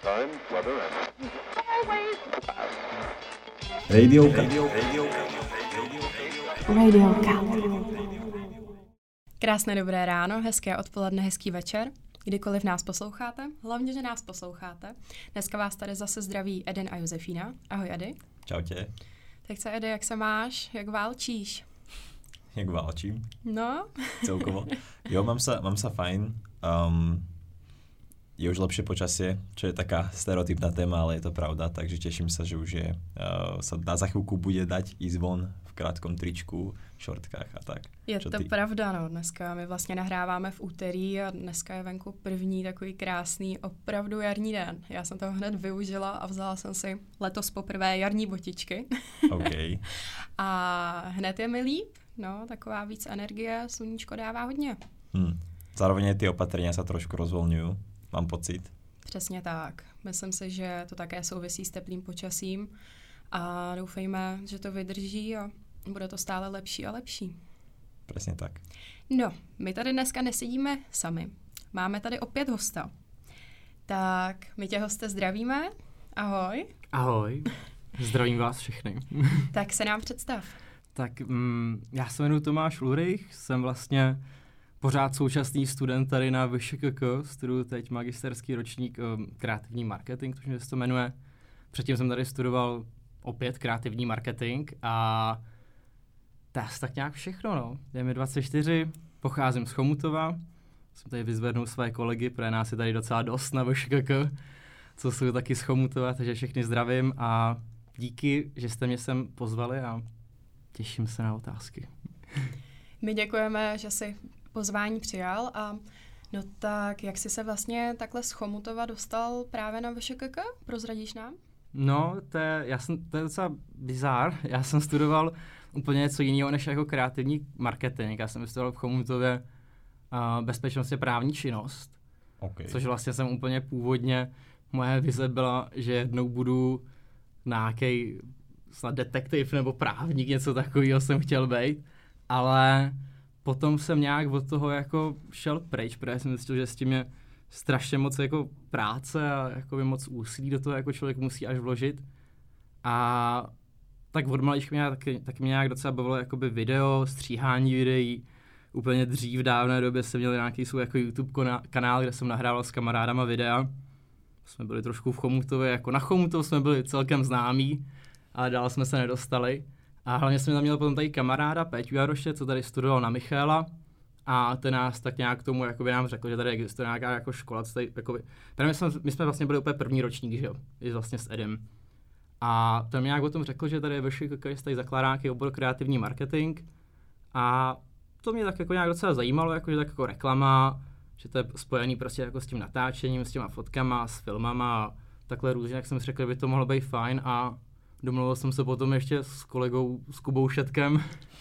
Time, weather, and Radio Krásné dobré ráno, hezké odpoledne, hezký večer. Kdykoliv nás posloucháte, hlavně, že nás posloucháte. Dneska vás tady zase zdraví Eden a Josefína. Ahoj, Edy. Čau tě. Tak co, Edy, jak se máš? Jak válčíš? Jak válčím? No. Celkovo. Jo, mám sa fajn. Je už lepšie počasie, čo je taká stereotypná téma, ale je to pravda, takže teším sa, že už je, sa dá za chvíľku bude dať ísť von v krátkom tričku, šortkách a tak. Je to pravda, no. Dneska my vlastně nahráváme v úterý a dneska je venku první takový krásný, opravdu jarní den. Já jsem toho hned využila a vzala jsem si letos poprvé jarní botičky. OK. A hned je mi líp, no, taková víc energie, sluníčko dává hodně. Zároveň ty opatrenia sa trošku rozvolňujú, mám pocit. Přesně tak. Myslím si, že to také souvisí s teplým počasím a doufejme, že to vydrží a bude to stále lepší a lepší. Presne tak. No, my tady dneska nesedíme sami. Máme tady opět hosta. Tak, my tě, hoste, zdravíme. Ahoj. Ahoj, zdravím vás všechny. Tak se nám představ. Tak já se jmenuji Tomáš Ulrich, jsem vlastně pořád současný student tady na VŠKK, studuju teď magisterský ročník kreativní marketing, což se to jmenuje. Předtím jsem tady studoval opět kreativní marketing a to je tak nějak všechno, no. Je mi 24, pocházím z Chomutova, jsem tady vyzvednul své kolegy, protože nás je tady docela dost na VŠKK, co jsou taky z Chomutova, takže všechny zdravím a díky, že jste mě sem pozvali a těším se na otázky. My děkujeme, že jsi pozvání přijal a no tak, jak jsi se vlastně takhle z Chomutova dostal právě na VŠKK? Prozradíš nám? No, to je docela bizár. Já jsem studoval úplně něco jiného než jako kreativní marketing. Já jsem studoval v Chomutově bezpečnostně právní činnost, Okay. Což vlastně jsem úplně původně, moje vize byla, že jednou budu nějaký snad detektiv nebo právník, něco takového jsem chtěl být, ale potom jsem nějak od toho jako šel pryč, protože jsem zjistil, že s tím je strašně moc jako práce a jako moc úsilí do toho jako člověk musí až vložit. A tak od malička mě taky mě nějak docela bavilo jakoby video, stříhání videí. Úplně dřív, v dávné době jsem měl nějaký svůj jako YouTube kanál, kde jsem nahrával s kamarádama videa. Jsme byli trošku v Chomutově, jako na Chomutov jsme byli celkem známí, ale dál jsme se nedostali. A hlavně jsem tam měl potom tady kamaráda Péťu Jaroše, co tady studoval na Michaela. A ten nás tak nějak k tomu jakoby nám řekl, že tady existuje nějaká jako škola, co tady, jakoby, my jsme vlastně byli úplně první ročník, že jo, i vlastně s Edem. A ten mě nějak o tom řekl, že tady je VŠKK, že tady zakládá nějaký obor kreativní marketing. A to mě tak jako nějak docela zajímalo, jako, že tak jako reklama, že to je spojený prostě jako s tím natáčením, s těma fotkama, s filmama a takhle různě, jak jsem si řekl, že by to mohlo být fajn a domluvil jsem se potom ještě s kolegou, s Kubou Šetkem,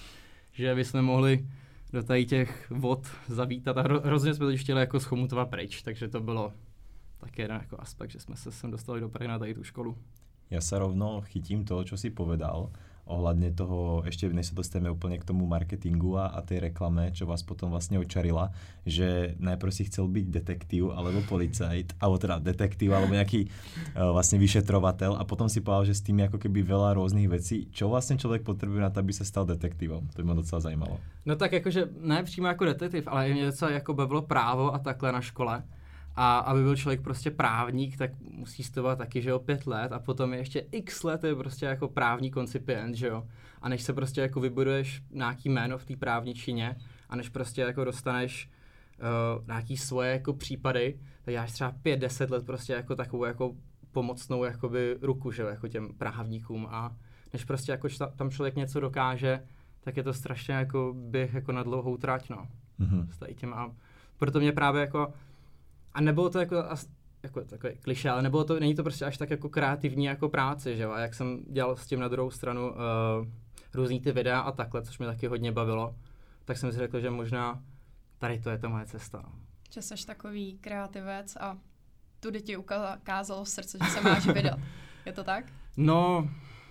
že bychom mohli do tady těch vod zavítat a hrozně jsme to chtěli jako z Chomutova pryč, takže to bylo taky jeden jako aspekt, že jsme se sem dostali do Prahy na tady tu školu. Ja sa rovno chytím toho, čo si povedal ohľadne toho, ešte než sa dostaneme úplne k tomu marketingu a tej reklame, čo vás potom vlastne očarila, že najprv si chcel byť detektív alebo policajt, alebo teda detektív alebo nejaký vlastne vyšetrovateľ a potom si povedal, že s tým je ako keby veľa rôznych vecí. Čo vlastne človek potrebuje na to, aby sa stal detektívom? To by ma docela zajímalo. No tak jakože ne přímo jako detektiv, ale mě docela jako bavilo právo a takhle na škole. A aby byl člověk prostě právník, tak musí studovat taky, že jo, 5 let a potom je ještě x let je prostě jako právní koncipient, že jo. A než se prostě jako vybuduješ nějaký jméno v té právničině a než prostě jako dostaneš nějaký svoje jako případy, tak děláš třeba 5-10 let prostě jako takovou jako pomocnou jakoby ruku, že jo, jako těm právníkům a než prostě jako tam člověk něco dokáže, tak je to strašně jako běh jako na dlouhou trať, no. S tady těm a proto mě právě jako a nebylo to jako takové klišé, ale není to prostě až tak jako kreativní jako práce, že jo? A jak jsem dělal s tím na druhou stranu různý ty videa a takhle, což mě taky hodně bavilo, tak jsem si řekl, že možná tady to je ta moje cesta. No. Že jsi takový kreativec a tudy ti ukázalo srdce, že se máš vydat. Je to tak? No,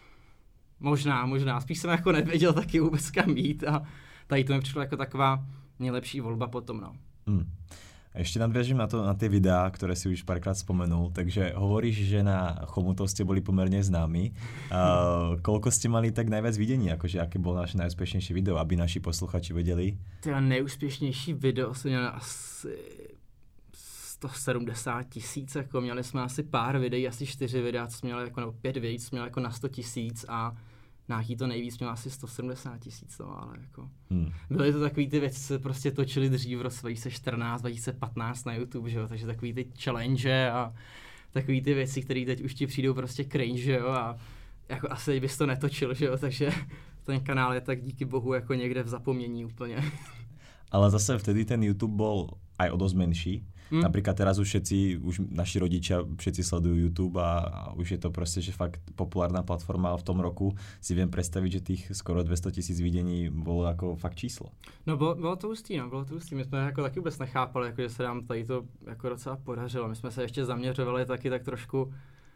možná. Spíš jsem jako nevěděl taky vůbec kam jít a tady to mi přišlo jako taková nejlepší volba potom, no. Ešte nadviažím na tie videá, ktoré si už párkrát spomenul, takže hovoríš, že na Chomutov ste boli pomerne známi. Koľko ste mali tak najviac videní, akože aké bolo naše najúspešnejšie video, aby naši posluchači vedeli? Teda nejúspěšnější video jsem měl asi 170 000, jako měli jsme asi pár videí, asi 4 videa, co jsme měli jako, nebo 5 videí, co jsme měli jako na 100 000 a nějaký to nejvíc měl asi 170 000, no, ale jako byly to takový ty věci, co se prostě točily dřív v roce 2014, 2015 na YouTube, že jo, takže takový ty challenge a takový ty věci, které teď už ti přijdou prostě cringe, že jo, a jako asi bys to netočil, že jo, takže ten kanál je tak díky bohu jako někde v zapomnění úplně. Ale zase vtedy ten YouTube bol aj o dosť menší. Napríklad teraz už naši rodičia všetci sledujú YouTube a už je to proste, že fakt populárna platforma, ale v tom roku si viem predstaviť, že tých skoro 200 000 videní bolo ako fakt číslo. No bylo to hustý, my jsme jako taky vůbec nechápali, jako, že se nám tady to jako docela podařilo. My jsme se ještě zaměřovali taky tak trošku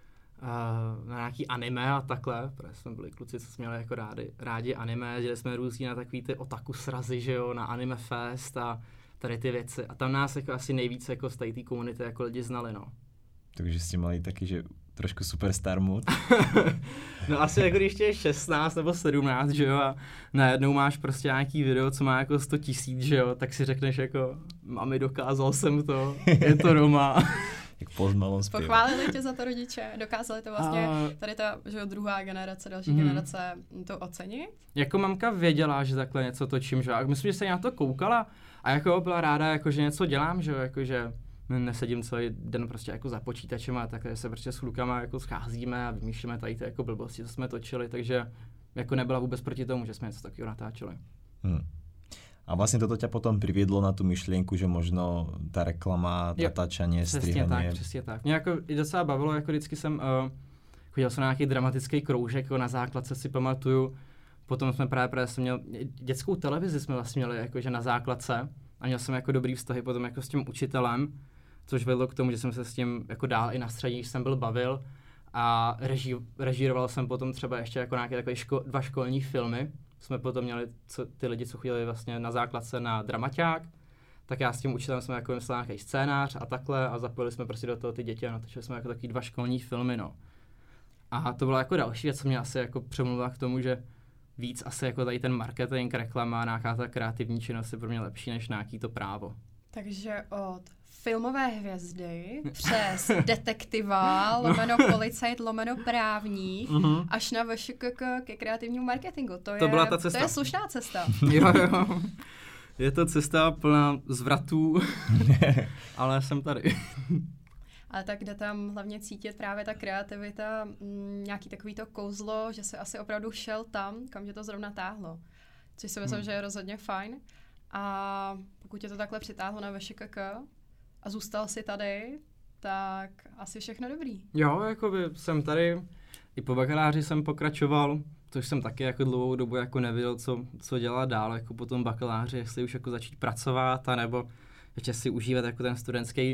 na nějaký anime a takhle, protože jsme byli kluci, co jsme měli jako rádi anime, dělali jsme různý na takový ty otaku srazy, že jo, na Anime Fest a tady ty věci. A tam nás jako asi nejvíc jako z té komunity jako lidi znali, no. Takže jste mali taky, že trošku superstar mood. No asi jako když tě je 16 nebo 17, že jo, a najednou máš prostě nějaký video, co má jako 100 000, že jo, tak si řekneš jako, mami, dokázal jsem to, je to doma. Jak Post Malone zpěvá. Pochválili tě za to rodiče, dokázali to vlastně tady ta, že druhá generace, další generace to ocenit? Jako mamka věděla, že takhle něco točím, že jo, a myslím, že se na to koukala a jako byla ráda, jako, že něco dělám, že jo, jako, že nesedím celý den prostě jako za počítačem a takhle se prostě s klukama jako scházíme a vymýšlíme tady ty jako blbosti, co jsme točili, takže jako nebyla vůbec proti tomu, že jsme něco takového natáčeli. A vlastne toto ťa potom priviedlo na tú myšlienku, že možno tá reklama, natáčanie, strihanie. Přesně tak. Mě jako i docela bavilo, jako vždycky jsem chodil jsem na nějaký dramatický kroužek, jako na základce si pamatuju. Potom jsme právě jsem měl dětskou televizi jsme vlastně měli jakože na základce a měl jsem jako dobrý vztahy potom jako s tím učitelem, což vedlo k tomu, že jsem se s tím jako dál i na střední, když jsem byl bavil a režíroval jsem potom třeba ještě jako nějaké takové 2 školní filmy. Jsme potom měli ty lidi, co chodili vlastně na základce na dramaťák, tak já s tím učitelem jsme jako myslel nějaký scénář a takhle a zapojili jsme prostě do toho ty děti a natočili jsme jako taky 2 školní filmy, no. A to byla jako další věc, co mě asi jako přemluvila k tomu, že víc asi jako tady ten marketing, reklama, nějaká ta kreativní činnost je pro mě lepší než nějaký to právo. Takže od filmové hvězdy přes detektiva, lomeno policajt, lomeno právník, až na VŠKK ke kreativnímu marketingu. To byla ta cesta. To je slušná cesta. Jo. Je to cesta plná zvratů, ale jsem tady. Ale tak jde tam hlavně cítit právě ta kreativita, nějaký takový to kouzlo, že se asi opravdu šel tam, kam tě to zrovna táhlo. Což si myslím, že je rozhodně fajn. A pokud tě to takhle přitáhlo na VŠKK a zůstal si tady, tak asi všechno dobrý. Jo, jakoby jsem tady, i po bakaláři jsem pokračoval, což jsem taky jako dlouhou dobu jako nevěděl, co dělat dál, jako po tom bakaláři, jestli už jako začít pracovat, anebo ještě si užívat jako ten studentský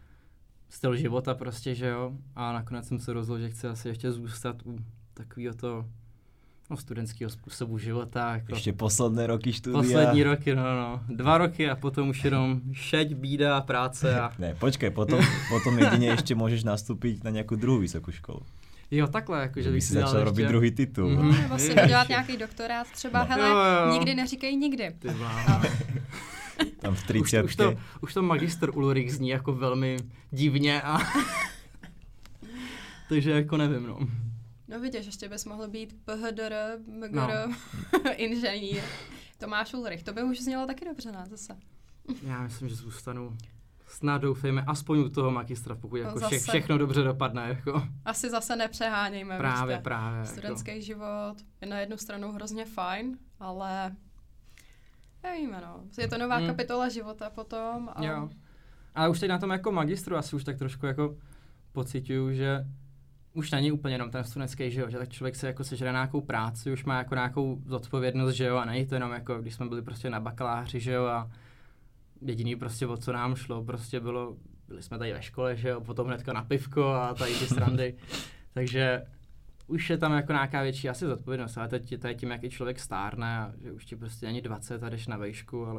styl života prostě, že jo. A nakonec jsem se rozhodl, že chci asi ještě zůstat u takového to studentského způsobu života. Jako ještě posledné roky studia. Poslední roky, no. 2 roky a potom už jenom šeť, bída, práce a... Ne, počkej, potom jedině ještě můžeš nastúpiť na nějakou druhou vysokou školu. Jo, takhle, jakože bych si začal robit druhý titul. Nebo si dodělat nějaký doktorát třeba, hele, nikdy neříkej nikdy. Ty bláho. Tam v 30. Už to magister Ulrich zní jako velmi divně a... Takže jako nevím, no. No vidíš, ještě bys mohl být PHDR, MGR, inženýr. Tomáš Ulrich, to by už znělo taky dobře, ne, zase. Já myslím, že zůstanu. Snad doufejme aspoň u toho magistra, pokud jako všechno dobře dopadne. Jako. Asi zase nepřehánějme. Právě. Studentský život je na jednu stranu hrozně fajn, ale nevíme, no. Je to nová kapitola života potom. A... Jo. Ale už teď na tom jako magistru asi už tak trošku jako pociťuju, že už není úplně jenom ten studentský život, že tak člověk se jako sežere nějakou práci, už má jako nějakou zodpovědnost, že jo, a není to jenom jako, když jsme byli prostě na bakaláři, že jo, a jediný prostě o co nám šlo, prostě byli jsme tady ve škole, že jo, potom hnedka na pivko a tady ty srandy, takže už je tam jako nějaká větší asi zodpovědnost, ale teď tím, jak i člověk stárne a že už ti prostě není 20 a jdeš na vejšku, ale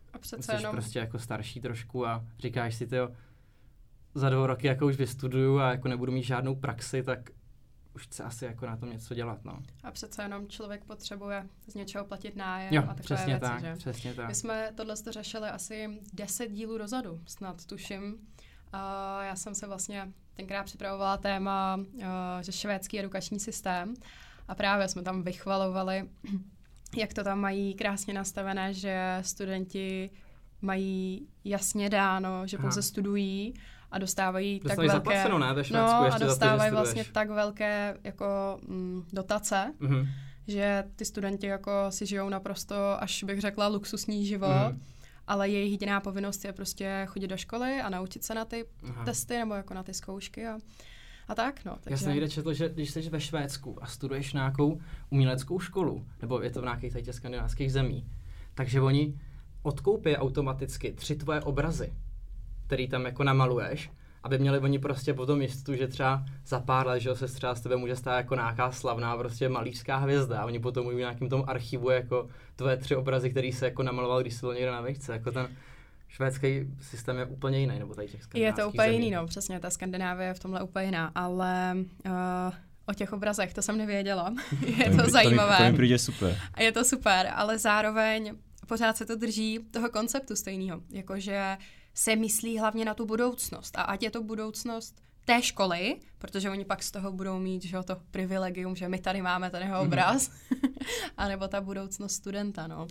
A přece jsi jenom... prostě jako starší trošku a říkáš si, tyjo, za 2 roky jako už vystuduju a jako nebudu mít žádnou praxi, tak už chce asi jako na tom něco dělat, no. A přece jenom člověk potřebuje z něčeho platit nájem Jo, a takové přesně věci, tak, že? přesně tak. My jsme tohle řešili asi 10 dílů dozadu, snad tuším. Já jsem se vlastně tenkrát připravovala téma, že švédský edukační systém a právě jsme tam vychvalovali, jak to tam mají krásně nastavené, že studenti mají jasně dáno, že pouze studují a dostávají tak velké... zaplaceno, ne? Ve Švédsku ještě a dostávají za to, že vlastně tak velké jako dotace, že ty studenti jako si žijou naprosto, až bych řekla, luxusní život, ale jejich jediná povinnost je prostě chodit do školy a naučit se na ty testy nebo jako na ty zkoušky a tak, no. Takže... Já jsem někde četl, že když jsi ve Švédsku a studuješ nějakou uměleckou školu, nebo je to v nějakých těch skandinávských zemí, takže oni odkoupí automaticky 3 tvoje obrazy, který tam jako namaluješ, aby měli oni prostě potom jistotu, že třeba za pár let, že se třeba z tebe může stát jako nějaká slavná prostě malířská hvězda a oni potom můžou v nějakým tom archivu jako tvoje 3 obrazy, který se jako namaloval, když jsi byl někde na výšce, jako ten švédský systém je úplně jiný, nebo tady těch skandinávských Je to úplně zemí. jiný, no, přesně, ta Skandinávie je v tomhle úplně jiná, ale o těch obrazech, to jsem nevěděla, je to zajímavé. To mi přijde super. A je to super, ale zároveň pořád se to drží toho konceptu stejného, jakože se myslí hlavně na tu budoucnost a ať je to budoucnost té školy, protože oni pak z toho budou mít, že to privilegium, že my tady máme ten jeho obraz, anebo ta budoucnost studenta, no.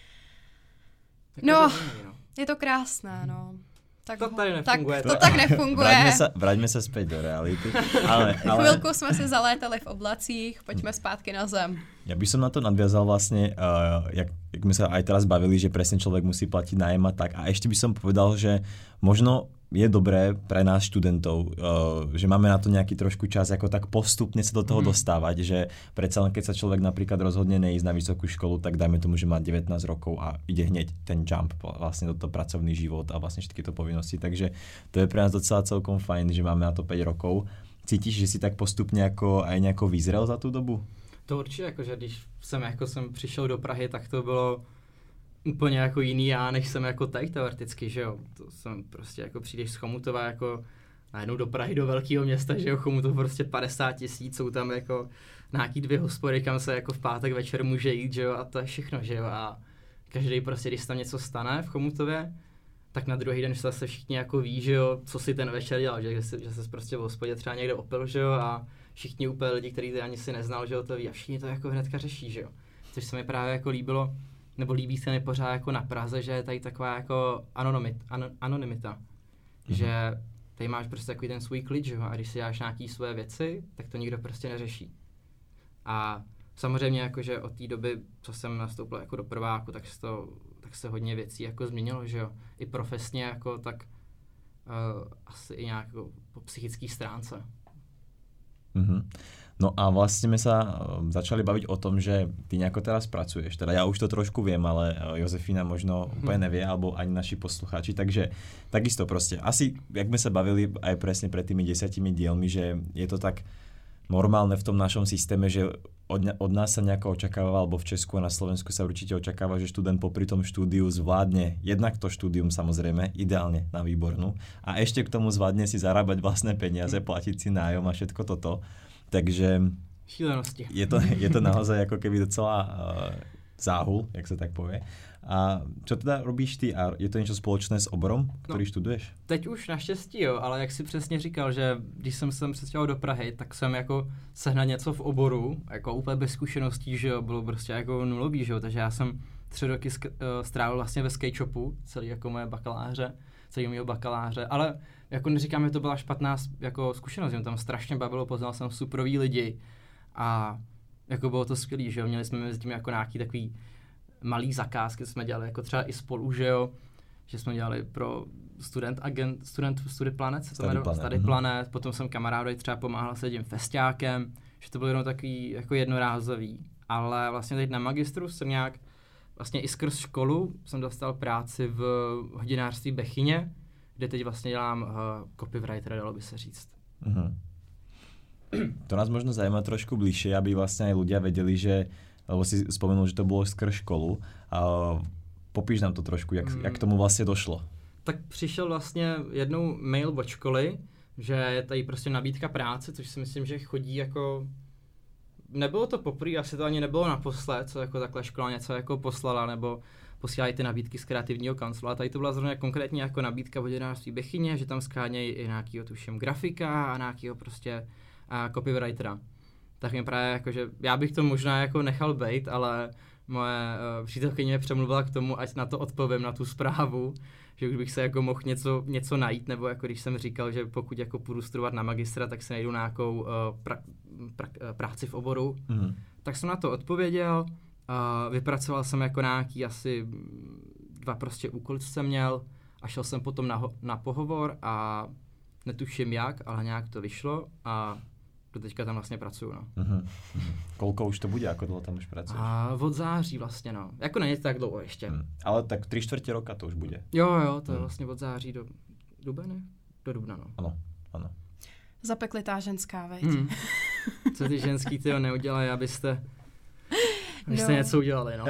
No, je to krásné, no. Tak to tady nefunguje. To tak nefunguje. Vraťme se zpět do reality. Ale... Chvilku jsme si zalétali v oblacích, pojďme zpátky na zem. Ja by som na to nadviazal vlastne, jak my sa aj teraz bavili, že presne človek musí platiť nájem a tak. A ešte by som povedal, že možno je dobré pre nás študentov, že máme na to nejaký trošku čas, ako tak postupne sa do toho dostávať, že predsa len keď sa človek napríklad rozhodne neísť na vysokú školu, tak dajme tomu, že má 19 rokov a ide hneď ten jump vlastne do toho pracovný život a vlastne všetky to povinnosti. Takže to je pre nás docela celkom fajn, že máme na to 5 rokov. Cítiš, že si tak postupne ako aj nejako vyzrel za tú dobu? To určitě, jakože když jsem přišel do Prahy, tak to bylo úplně jako jiný já, než jsem jako teď teoreticky, že jo. To jsem prostě jako přijdeš z Chomutova jako najednou do Prahy, do velkého města, že jo, Chomutov prostě 50 000, jsou tam jako nějaký 2 hospody, kam se jako v pátek večer může jít, že jo, a to je všechno, že jo. A každý prostě, když tam něco stane v Chomutově, tak na druhý den se zase všichni jako ví, že jo, co si ten večer dělal, že se prostě v hospodě třeba někde opil, že jo, a všichni úplně lidi, kteří to ani si neznal, že jo, to ví a všichni to jako hnedka řeší, že jo. Což se mi právě jako líbilo, nebo líbí se mi pořád jako na Praze, že je tady taková jako anonymita, že tady máš prostě takový ten svůj klid, že jo, a když si děláš nějaký své věci, tak to nikdo prostě neřeší. A samozřejmě jakože od té doby, co jsem nastoupil jako do prváku, tak se hodně věcí jako změnilo, že jo. I profesně jako tak asi i nějak jako po psychické stránce. No a vlastne sme sa začali baviť o tom, že ty nejako teraz pracuješ. Teda ja už to trošku viem, ale Jozefína možno úplne nevie, alebo ani naši poslucháči. Takže takisto proste. Asi, jak sme sa bavili aj presne pred tými 10 dielmi, že je to tak normálne v tom našom systéme, že od nás sa nejako očakáva, alebo v Česku a na Slovensku sa určite očakáva, že študent popri tom štúdiu zvládne jednak to štúdium samozrejme, ideálne na výbornú a ešte k tomu zvládne si zarábať vlastné peniaze, platiť si nájom a všetko toto. Takže šílenosti. Je to naozaj ako keby docela záhul, jak sa tak povie. A čo teda robíš ty? A je to něco společné s oborom, který študuješ? Teď už naštěstí jo, ale jak si přesně říkal, že když jsem sem přestěhoval do Prahy, tak jsem jako sehnal něco v oboru, jako úplně bez zkušeností, že jo, bylo prostě jako nulový, že jo, takže já jsem 3 roky strávil vlastně ve skate shopu, celý jako mého bakaláře, ale jako neříkám, že to byla špatná jako zkušenost, mě tam strašně bavilo, poznal jsem superový lidi a jako bylo to skvělý, že jo, měli jsme mezi tím jako nějaký takový malý zakázky, jsme dělali jako třeba i spolu, že jo, že jsme dělali pro StudyPlanet, StudyPlanet, potom jsem kamarádovi třeba pomáhal s tím festiákem, že to bylo jenom takový jako jednorázový, ale vlastně teď na magistru jsem nějak vlastně i skrz školu jsem dostal práci v hodinářství Bechyně, kde teď vlastně dělám copywritera, dalo by se říct. To nás možno zajímá trošku bližšie, aby vlastne aj ľudia vedeli, že, lebo si spomenul, že to bolo skrz školu. Popíš nám to trošku, jak k tomu vlastně došlo. Tak přišel vlastně jednou mail od školy, že je tady prostě nabídka práce, což si myslím, že chodí jako... Nebylo to poprvé, asi to ani nebylo naposled, co jako takhle škola něco jako poslala, nebo posílají ty nabídky z kreativního kanclu. A tady to byla zrovna konkrétně jako nabídka od jedenáctví Bechyně, že tam skánějí i nějakýho tuším grafika a nějakýho prostě copywritera. Tak mě právě jako, že já bych to možná jako nechal bejt, ale moje přítelkyně mě přemluvila k tomu, ať na to odpovím, na tu zprávu, že už bych se jako mohl něco najít, nebo jako když jsem říkal, že pokud jako půjdu studovat na magistra, tak se najdu nějakou práci v oboru. Tak jsem na to odpověděl, vypracoval jsem jako nějaký asi 2 prostě úkoly, co jsem měl a šel jsem potom na pohovor a netuším jak, ale nějak to vyšlo a do teďka tam vlastně pracuju, no. Kolko už to bude, jako dlouho tam už pracuješ? Od září vlastně, no. Jako není to tak dlouho ještě. Ale tak 3/4 roka to už bude. Jo, to je vlastně od září do dubna, ne? Do dubna, no. Ano. Zapeklitá ženská, veď. Co ty ženský, tyjo, neudělají, abyste něco udělali, no.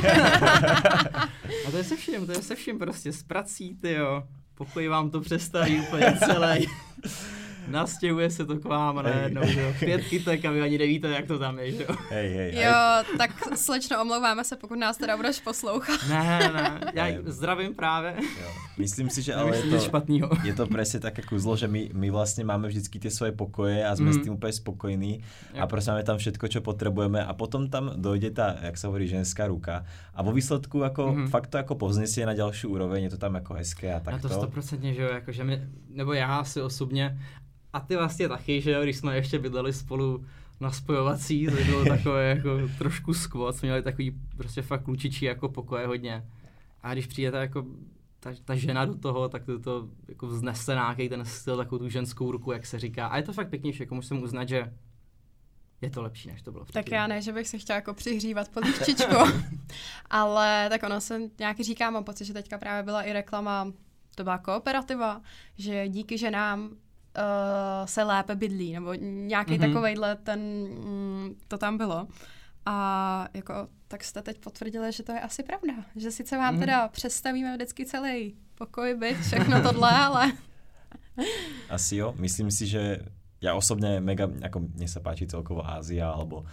A to je se vším prostě s prací, tyjo. Pokoj vám to přestaví úplně celý. Nastěhuje se to k vám a najednou, jo. 5 kytek a vy ani nevíte, jak to tam je, že jo. Hej. Jo, tak slečno, omlouváme se, pokud nás teda budeš poslouchat. Ne, já zdravím právě. Jo. Myslím si, že ale je to presne také kúzlo, že my vlastne máme vždycky tie svoje pokoje a sme s tým úplne spokojní a proste máme tam všetko, čo potrebujeme a potom tam dojde tá, jak sa hovorí, ženská ruka a vo výsledku ako fakt to ako povznesie na ďalšiu úroveň, je to tam ako hezké a takto. A to 100%, že jo, jakože nebo já si osobně a ty vlastně taky, že jo, když jsme ještě bydleli spolu na spojovací, to bylo takové jako trošku skvot, jsme měli takový prostě fakt klučičí jako pokoje hodně. A když přijde ta žena do toho, tak to jako vznese nějaký ten styl, takovou tu ženskou ruku, jak se říká. A je to fakt pěknější, jako musím uznat, že je to lepší, než to bylo předtím. Tak já ne, že bych se chtěla jako přihřívat pod líščičku, ale tak ono se nějaký říká, mám pocit, že teďka právě byla i reklama, to byla Kooperativa, že díky ženám se lépe bydlí, nebo nějaký takovejhle to tam bylo. A jako, tak jste teď potvrdili, že to je asi pravda. Že sice vám teda představíme vždycky celý pokoj, byt, všechno tohle, ale... Asi jo. Myslím si, že ja osobne mega, ako mne sa páči celkovo Ázia, alebo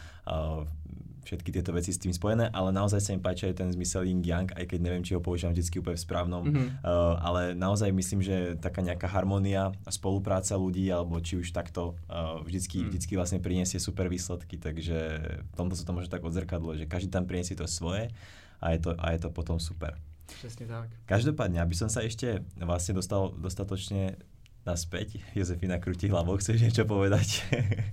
všetky tieto veci s tým spojené, ale naozaj sa mi páči aj ten zmysel yin-yang, aj keď neviem, či ho používam vždycky úplne v správnom, ale naozaj myslím, že taká nejaká harmónia a spolupráca ľudí, alebo či už takto vždycky vlastne priniesie super výsledky, takže v tomto sa to môže tak odzrkadlo, že každý tam priniesie to svoje a je to potom super. Přesně tak. Každopádne, aby som sa ešte vlastne dostal dostatočne naspäť. Jozefína krúti hlavou, chceš niečo povedať?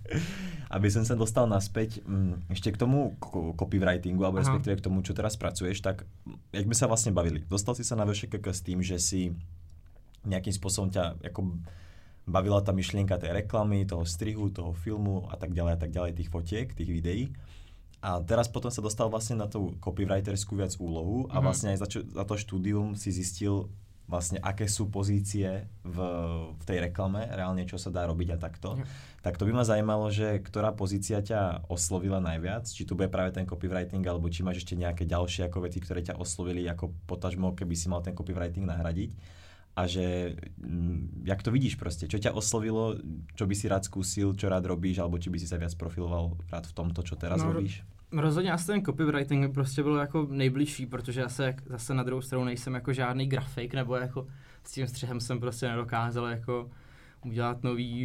Aby som sa dostal naspäť ešte k tomu copywritingu, alebo respektíve k tomu, čo teraz pracuješ, tak jak by sa vlastne bavili? Dostal si sa na VŠKK s tým, že si nejakým spôsobom ťa ako bavila tá myšlienka tej reklamy, toho strihu, toho filmu a tak ďalej, tých fotiek, tých videí. A teraz potom sa dostal vlastne na tú copywriterskú viac úlohu a vlastne aj za to štúdium si zistil vlastne aké sú pozície v tej reklame, reálne čo sa dá robiť a takto. Tak to by ma zajímalo, že ktorá pozícia ťa oslovila najviac, či to bude práve ten copywriting, alebo či máš ešte nejaké ďalšie ako veci, ktoré ťa oslovili ako potažmo, keby si mal ten copywriting nahradiť. A že jak to vidíš proste, čo ťa oslovilo, čo by si rád skúsil, čo rád robíš, alebo či by si sa viac profiloval rád v tomto, čo teraz robíš? Rozhodně asi ten copywriting prostě byl jako nejbližší, protože zase na druhou stranu nejsem jako žádný grafik, nebo jako s tím střihem jsem prostě nedokázal jako udělat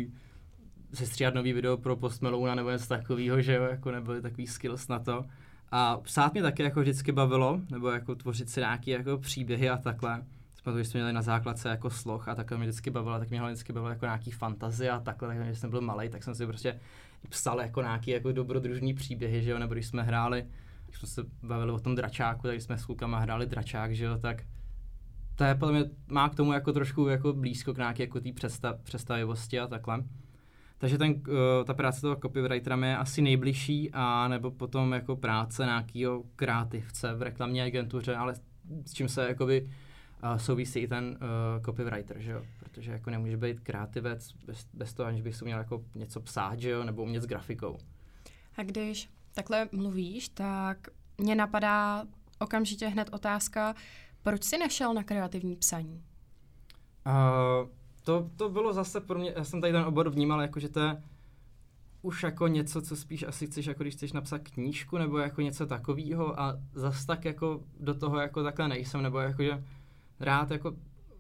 sestříhat nový video pro Post Malouna nebo něco takového, že jo, jako nebyly takový skills na to. A psát mě taky jako vždycky bavilo, nebo jako tvořit si nějaký jako příběhy a takhle. Protože jsme měli na základce jako sloh a takhle mě vždycky bavilo, tak mě vždycky bavilo jako nějaký fantazie a takhle, takže když jsem byl malej, tak jsem si prostě psal jako nějaký jako dobrodružný příběhy, že jo, nebo když jsme jsme se bavili o tom dračáku, tak jsme s klukama hráli dračák, že jo, tak to je podle mě, má k tomu jako trošku jako blízko k nějaké jako té představivosti a takhle. Takže ta práce toho copywritera je asi nejbližší, a nebo potom jako práce nějakého kreativce v reklamní agentuře, ale s čím se jakoby souvisí i ten copywriter, že jo? Protože jako nemůže být kreativec bez toho, aniž bych si měl jako něco psát, že jo? Nebo umět s grafikou. A když takhle mluvíš, tak mě napadá okamžitě hned otázka, proč jsi nešel na kreativní psaní? To bylo zase pro mě, já jsem tady ten obor vnímal, jako že to je už jako něco, co spíš asi chceš, jako když chceš napsat knížku, nebo jako něco takového a zas tak jako do toho jako takhle nejsem, nebo jako že rád jako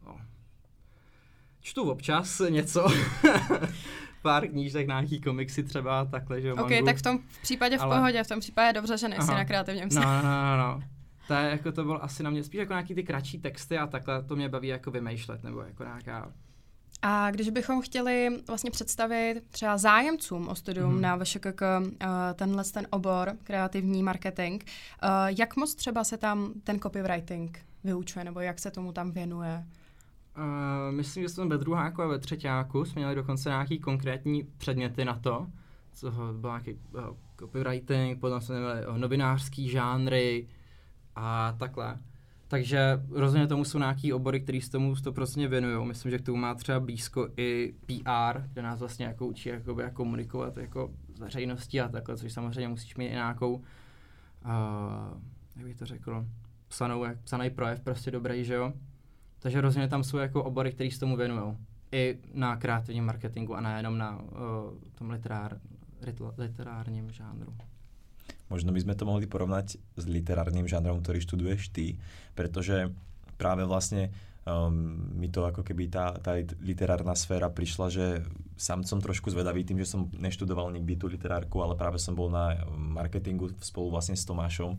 čtu občas něco, pár knížek, nějaký komiksy třeba, takhle, že mangu. Ok, tak v tom případě v pohodě, v tom případě je dobře, že nejsi na kreativním psaní. No. To je jako, to bylo asi na mě spíš jako nějaký ty kratší texty a takhle, to mě baví jako vymýšlet, nebo jako nějaká... A když bychom chtěli vlastně představit třeba zájemcům o studium na VŠKK ten obor, kreativní marketing, jak moc třeba se tam ten copywriting vyučuje, nebo jak se tomu tam věnuje? Myslím, že jsme ve druháku a ve třetíku jsme měli dokonce nějaký konkrétní předměty na to, co byl nějaký copywriting, potom jsme měli novinářský žánry a takhle. Takže rozhodně tomu jsou nějaký obory, který se tomu 100% věnují. Myslím, že k tomu má třeba blízko i PR, kde nás vlastně jako učí jakoby, jak komunikovat jako s veřejností a takhle, což samozřejmě musíš mít i nějakou, jak bych to řekl, psaný projev prostě dobrý, že jo? Takže rozhodně tam jsou jako obory, který se tomu věnují. I na kreativním marketingu a nejenom na tom literárním žánru. Možno by sme to mohli porovnať s literárnym žánrom, ktorý študuješ ty, pretože práve vlastne mi to ako keby tá literárna sféra prišla, že sám som trošku zvedavý tým, že som neštudoval nikdy tú literárku, ale práve som bol na marketingu spolu vlastne s Tomášom.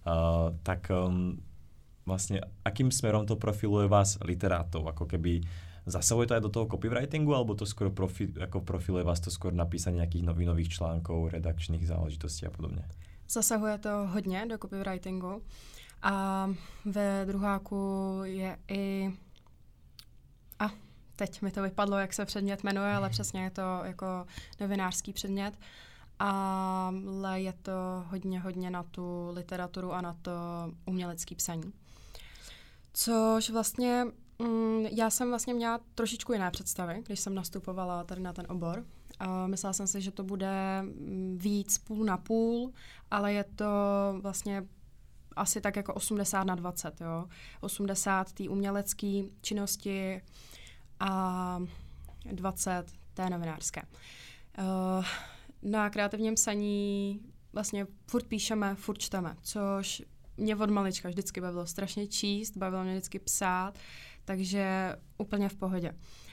Vlastne akým smerom to profiluje vás literátov? Ako keby zasahuje to aj do toho copywritingu, alebo to skôr profiluje vás to skôr napísanie nejakých novinových článkov, redakčných záležitostí a podobne? Zasahuje to hodně do copywritingu a ve druháku je i... teď mi to vypadlo, jak se předmět jmenuje, ale přesně je to jako novinářský předmět. Ale je to hodně na tu literaturu a na to umělecké psaní. Což vlastně... já jsem vlastně měla trošičku jiné představy, když jsem nastupovala tady na ten obor. Myslela jsem si, že to bude víc půl na půl, ale je to vlastně asi tak jako 80/20, jo. 80 té umělecké činnosti a 20 té novinářské. Na kreativním psaní vlastně furt píšeme, furt čteme, což mě od malička vždycky bavilo strašně číst, bavilo mě vždycky psát, takže úplně v pohodě.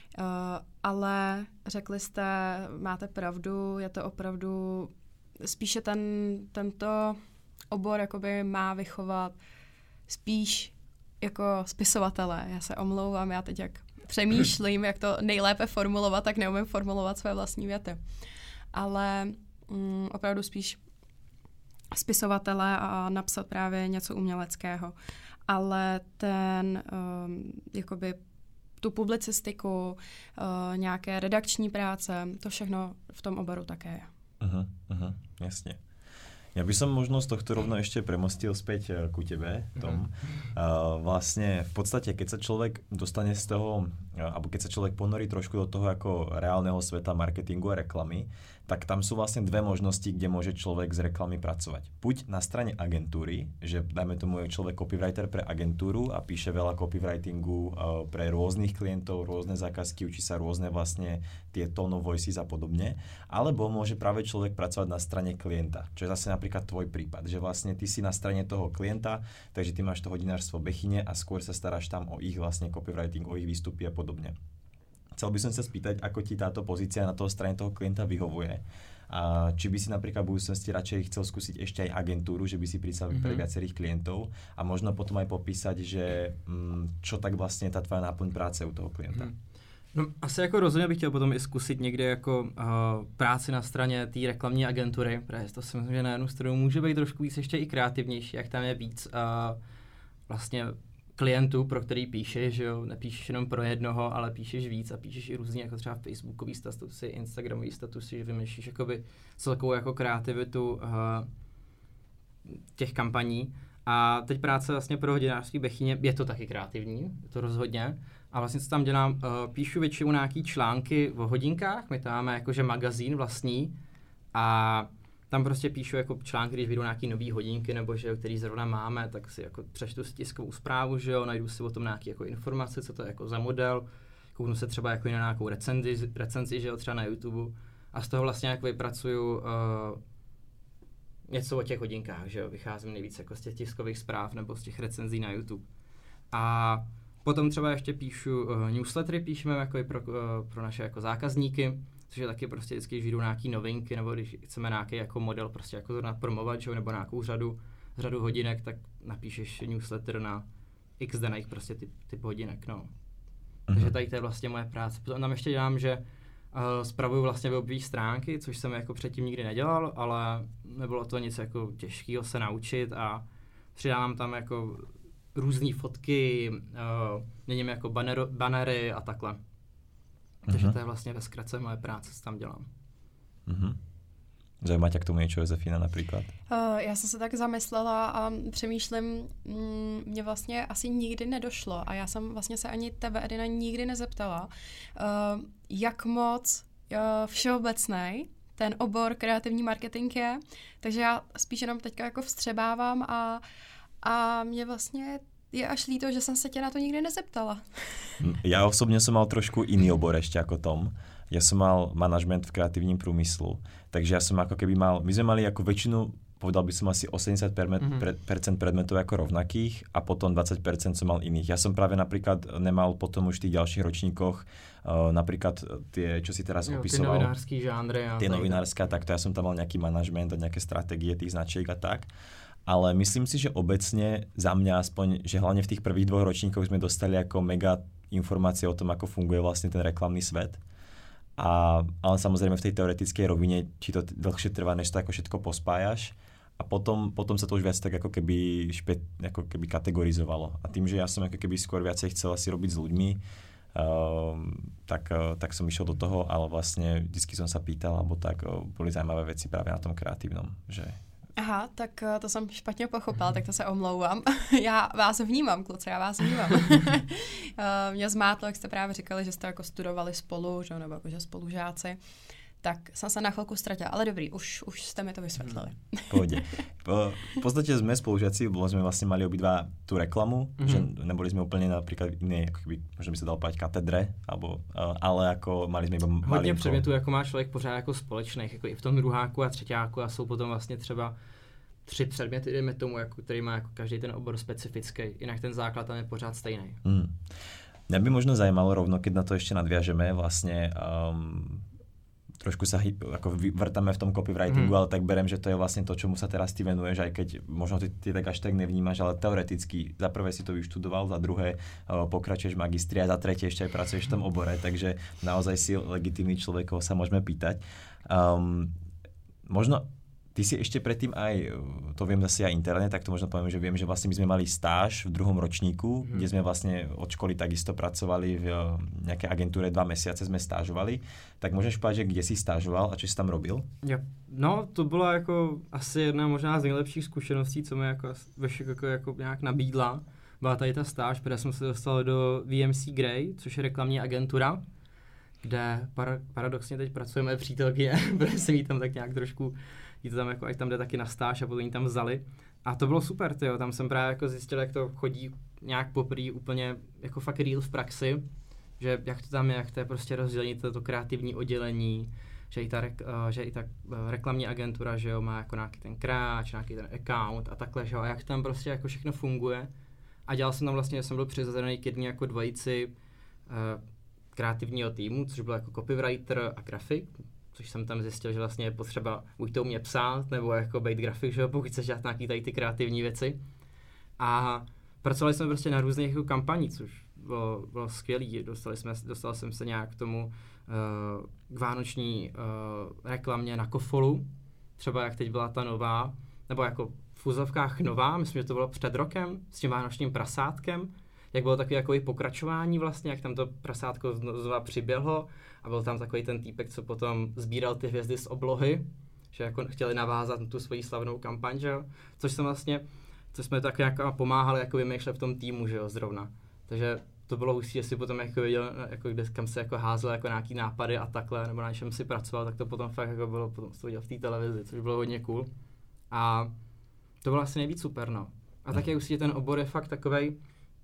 Ale řekli jste, máte pravdu, je to opravdu spíše tento obor jakoby má vychovat spíš jako spisovatele. Já se omlouvám, já teď jak přemýšlím, jak to nejlépe formulovat, tak neumím formulovat své vlastní věty. Ale opravdu spíš spisovatele a napsat právě něco uměleckého. Ale jakoby tu publicistiku, nějaké redakční práce, to všechno v tom oboru také je. Jasne. Ja by som možno z tohto rovno ešte premostil späť ku tebe, Tom. Vlastne v podstate, keď sa človek dostane z toho, alebo keď sa človek ponorí trošku do toho ako reálneho sveta marketingu a reklamy, tak tam sú vlastne dve možnosti, kde môže človek s reklamy pracovať. Buď na strane agentúry, že dajme tomu je človek copywriter pre agentúru a píše veľa copywritingu pre rôznych klientov, rôzne zákazky, učí sa rôzne vlastne tie tone of voices a podobne, alebo môže práve človek pracovať na strane klienta, čo je zase napríklad tvoj prípad, že vlastne ty si na strane toho klienta, takže ty máš to hodinárstvo v Bechyne a skôr sa staráš tam o ich vlastne copywriting, o ich výstupy a podobne. Chcel by som sa spýtať, ako ti táto pozícia na toho strane toho klienta vyhovuje. A či by si napríklad v budúcnosti radšej chcel skúsiť ešte aj agentúru, že by si prísal pre viacerých klientov a možno potom aj popísať, že čo tak vlastne tá tvoja náplň práce u toho klienta. No asi jako rozhodně bych chtěl potom i zkusit někde jako práci na straně té reklamní agentury, protože to si myslím, že na jednu stranu může být trošku víc ještě i kreativnější, jak tam je víc vlastně klientů, pro který píšeš, že jo, nepíšeš jenom pro jednoho, ale píšeš víc a píšeš i různě jako třeba facebookový statusy, instagramový statusy, že vymýšlíš jakoby celkovou jako kreativitu těch kampaní. A teď práce vlastně pro hodinářství v Bechyně, je to taky kreativní, je to rozhodně. A vlastně co tam dělám, píšu většinou nějaký články o hodinkách, my tam máme jakože magazín vlastní a tam prostě píšu jako články, když vyjdou nějaký nový hodinky, nebo že který zrovna máme, tak si jako přečtu si tiskovou zprávu, že jo, najdu si o tom nějaké jako informace, co to je jako za model, kouknu se třeba jako i na nějakou recenzi, že jo, třeba na YouTube a z toho vlastně jako vypracuju něco o těch hodinkách, že jo, vycházím nejvíc jako z těch tiskových zpráv nebo z těch recenzí na YouTube. A potom třeba ještě píšu newslettery, píšeme jako i pro naše jako zákazníky, což je taky prostě vždycky, když vyjdou nějaký novinky, nebo když chceme nějaký jako model prostě jako napromovat, že jo, nebo nějakou řadu hodinek, tak napíšeš newsletter na x daných prostě typ hodinek, no. Takže tady to je vlastně moje práce. Potom tam ještě dělám, že spravuju vlastně webové stránky, což jsem jako předtím nikdy nedělal, ale nebylo to nic jako těžkého se naučit a přidávám tam jako různé fotky, měním jako bannery a takhle. Takže to je vlastně ve zkratce moje práce, co tam dělám. Zajímá tě k tomu něco, Josefína, například? Já jsem se tak zamyslela a přemýšlím, mě vlastně asi nikdy nedošlo a já jsem vlastně se ani tebe, Edina, nikdy nezeptala, jak moc všeobecnej ten obor kreativní marketing je, takže já spíš jenom teďka jako vstřebávám a mě vlastně je až líto, že jsem se tě na to nikdy nezeptala. Ja osobne som mal trošku iný obor ešte ako Tom. Ja som mal manažment v kreatívnym priemyslu, takže ja som ako keby my sme mali ako väčšinu, povedal by som asi 80% predmetov ako rovnakých a potom 20% som mal iných. Ja som práve napríklad nemal potom už v tých ďalších ročníkoch napríklad tie, čo si teraz opisoval. Tie novinárský žánry. Tie novinárska, tak to ja som tam mal nejaký manažment a nejaké stratégie tých značiek a tak. Ale myslím si, že obecne za mňa aspoň, že hlavne v tých prvých 2 ročníkoch sme dostali ako mega informácie o tom, ako funguje vlastne ten reklamný svet. Ale samozrejme v tej teoretickej rovine, či to dlhšie trvá, než to ako všetko pospájaš. A potom sa to už viac tak ako keby kategorizovalo. A tým, že ja som ako keby skôr viacej chcel asi robiť s ľuďmi, tak som išiel do toho, ale vlastne vždycky som sa pýtal, alebo tak boli zaujímavé veci práve na tom kreatívnom, že... Aha, tak to jsem špatně pochopila, tak to se omlouvám. Já vás vnímám, kluci, já vás vnímám. Mě zmátlo, jak jste právě říkali, že jste jako studovali spolu, že, nebo jako, že spolužáci. Tak jsem se na chvilku ztratila, ale dobrý, už jste mi to vysvětlili. Pohodě. V podstatě jsme spolužáci, bo jsme vlastně mali obidva tu reklamu, že neboli jsme úplně například jiné, jako kdyby, možná by se dalo povedať katedre, ale jako mali jsme iba malinko. Hodně předmětů, jako má člověk pořád jako společných, jako i v tom druháku a třetíku a jsou potom vlastně třeba 3 předměty, dejme tomu, jako, který má jako každý ten obor specifický, jinak ten základ tam je pořád stejný. Mňa by možno zajímalo rovno, keď na to ještě nadviažeme, vlastně trošku sa ako vrtame v tom copywritingu, ale tak berem, že to je vlastne to, čomu sa teraz ty venuješ, aj keď možno ty tak až tak nevnímaš, ale teoreticky za prvé si to vyštudoval, za druhé pokračuješ v magistri a za tretie ešte aj pracuješ v tom obore, takže naozaj si legitímny človek, koho sa môžeme pýtať. Možno ty si ešte predtým aj, to viem zase aj interne, tak to možno poviem, že viem, že vlastne my sme mali stáž v 2. ročníku, kde sme vlastne od školy takisto pracovali v nejakej agentúre, 2 mesiace sme stážovali. Tak môžeš povedať, že kde si stážoval a čo si tam robil? Jo. No, to byla jako asi jedna možná z nejlepších zkušeností, co mi jako Vešek jako nějak nabídla. Byla tady ta stáž, protože jsem se dostal do VMC Grey, což je reklamní agentura, kde paradoxně teď pracujeme přítelkyně, protože jsem jí tam tak nějak trošku jí to tam jako, ať tam jde taky na stáž a potom jí tam vzali. A to bylo super, tyjo. Tam jsem právě jako zjistil, jak to chodí nějak poprvé úplně jako fakt real v praxi, že jak to tam je, jak to je prostě rozdělení to kreativní oddělení, že i ta reklamní agentura, že jo, má jako nějaký ten kráč, nějaký ten account a takhle, že jo, a jak tam prostě jako všechno funguje. A dělal jsem tam vlastně, že jsem byl přizazený k jedné jako dvojici kreativního týmu, což byl jako copywriter a grafik, což jsem tam zjistil, že vlastně je potřeba buď to umět psát, nebo jako být grafik, že jo, pokud chceš dělat nějaký tady ty kreativní věci. A pracovali jsme prostě na různých jako kampaních, což bylo skvělý. Dostal jsem se nějak k tomu k vánoční reklamě na Kofolu, třeba jak teď byla ta nová, nebo jako v úzovkách nová, myslím, že to bylo před rokem, s tím vánočním prasátkem, jak bylo takové jako pokračování vlastně, jak tam to prasátko znova přiběhlo a byl tam takový ten týpek, co potom sbíral ty hvězdy z oblohy, že jako chtěli navázat tu svoji slavnou kampaň, že jo, což jsme tak nějak pomáhali jako vymýšlet v tom týmu, že jo, zrovna. Takže to bylo hustý, že si potom jako viděl, jako kde, kam se jako házel jako nějaký nápady a takhle, nebo na čem si pracoval, tak to potom fakt jako bylo, potom to viděl v té televizi, což bylo hodně cool. A to bylo asi nejvíc super, no. A taky určitě ten obor je fakt takovej,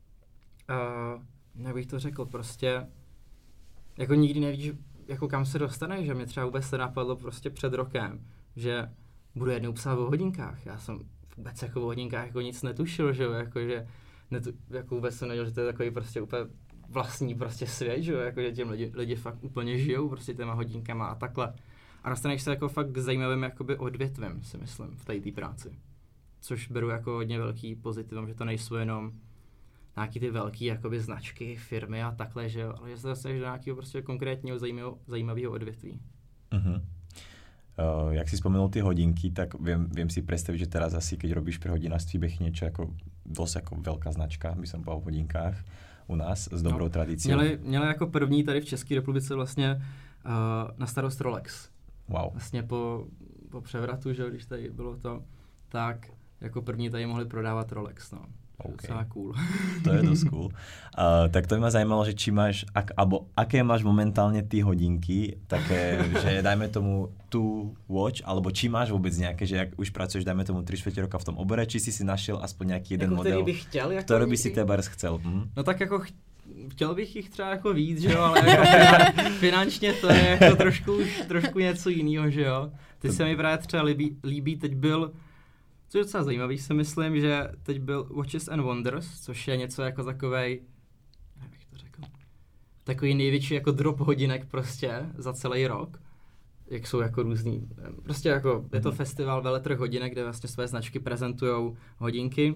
jak bych to řekl, prostě, jako nikdy nevíš, jako kam se dostaneš, že mě třeba vůbec se napadlo prostě před rokem, že budu jednou psát o hodinkách. Já jsem vůbec jako o hodinkách jako nic netušil, že jo, jakože jako vůbec jsem nevěděl, že to je takový prostě úplně vlastní prostě svět, že jo, jakože těm lidi fakt úplně žijou prostě těma hodinkama a takhle. A dostaneš se jako fakt k zajímavým jakoby odvětvím, si myslím, v té práci. Což beru jako hodně velký pozitivum, že to nejsou jenom nějaký ty velký jakoby značky, firmy a takhle, že jo, ale že se dostaneš do nějakého prostě konkrétního zajímavého odvětví. Uh-huh. Jak si spomenul ty hodinky, tak viem si predstaviť, že teraz asi, keď robíš pre hodinárství beh niečo ako dosť ako veľká značka, by som povedal v hodinkách u nás s dobrou tradíciou. Měli jako první tady v České republice vlastně na starost Rolex. Wow. Vlastně po převratu, že když tady bylo to, tak jako první tady mohli prodávat Rolex, no. Okay. Cool. To je dosť cool. Tak to by ma zajímalo, že či máš, alebo aké máš momentálne ty hodinky, také, že dajme tomu tu watch, alebo či máš vôbec nejaké, že jak už pracuješ, dajme tomu 3/4 roka v tom obore, či si našiel aspoň nejaký jeden jako model, bych chtěl, jako ktorý by si tebars chcel. No tak jako chtěl bych jich třeba jako víc, že jo, ale jako finančně to je jako trošku něco jiného, že jo. Ty se mi právě třeba líbí, teď byl, co je docela zajímavý, si myslím, že teď byl Watches and Wonders, což je něco jako takovej, jak bych to řekl, takový největší jako drop hodinek prostě za celý rok, jak jsou jako různý, prostě jako je to festival veletrh hodinek, kde vlastně své značky prezentujou hodinky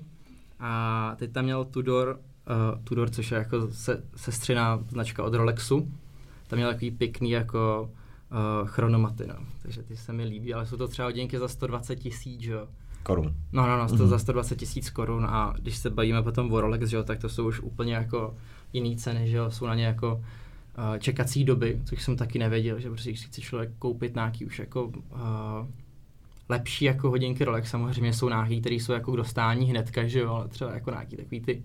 a teď tam měl Tudor, což je jako sestřiná značka od Rolexu, tam měl takový pěkný jako chronomaty, no, takže ty se mi líbí, ale jsou to třeba hodinky za 120 000, že jo. Korun. No, to za 120 000 korun a když se bavíme potom o Rolex, že jo, tak to jsou už úplně jako jiný ceny, že jo, jsou na ně jako čekací doby, což jsem taky nevěděl, že prostě když chce člověk koupit nějaký už jako lepší jako hodinky Rolex, samozřejmě jsou nějaký, které jsou jako k dostání hnedka, že jo, ale třeba jako nějaký takový ty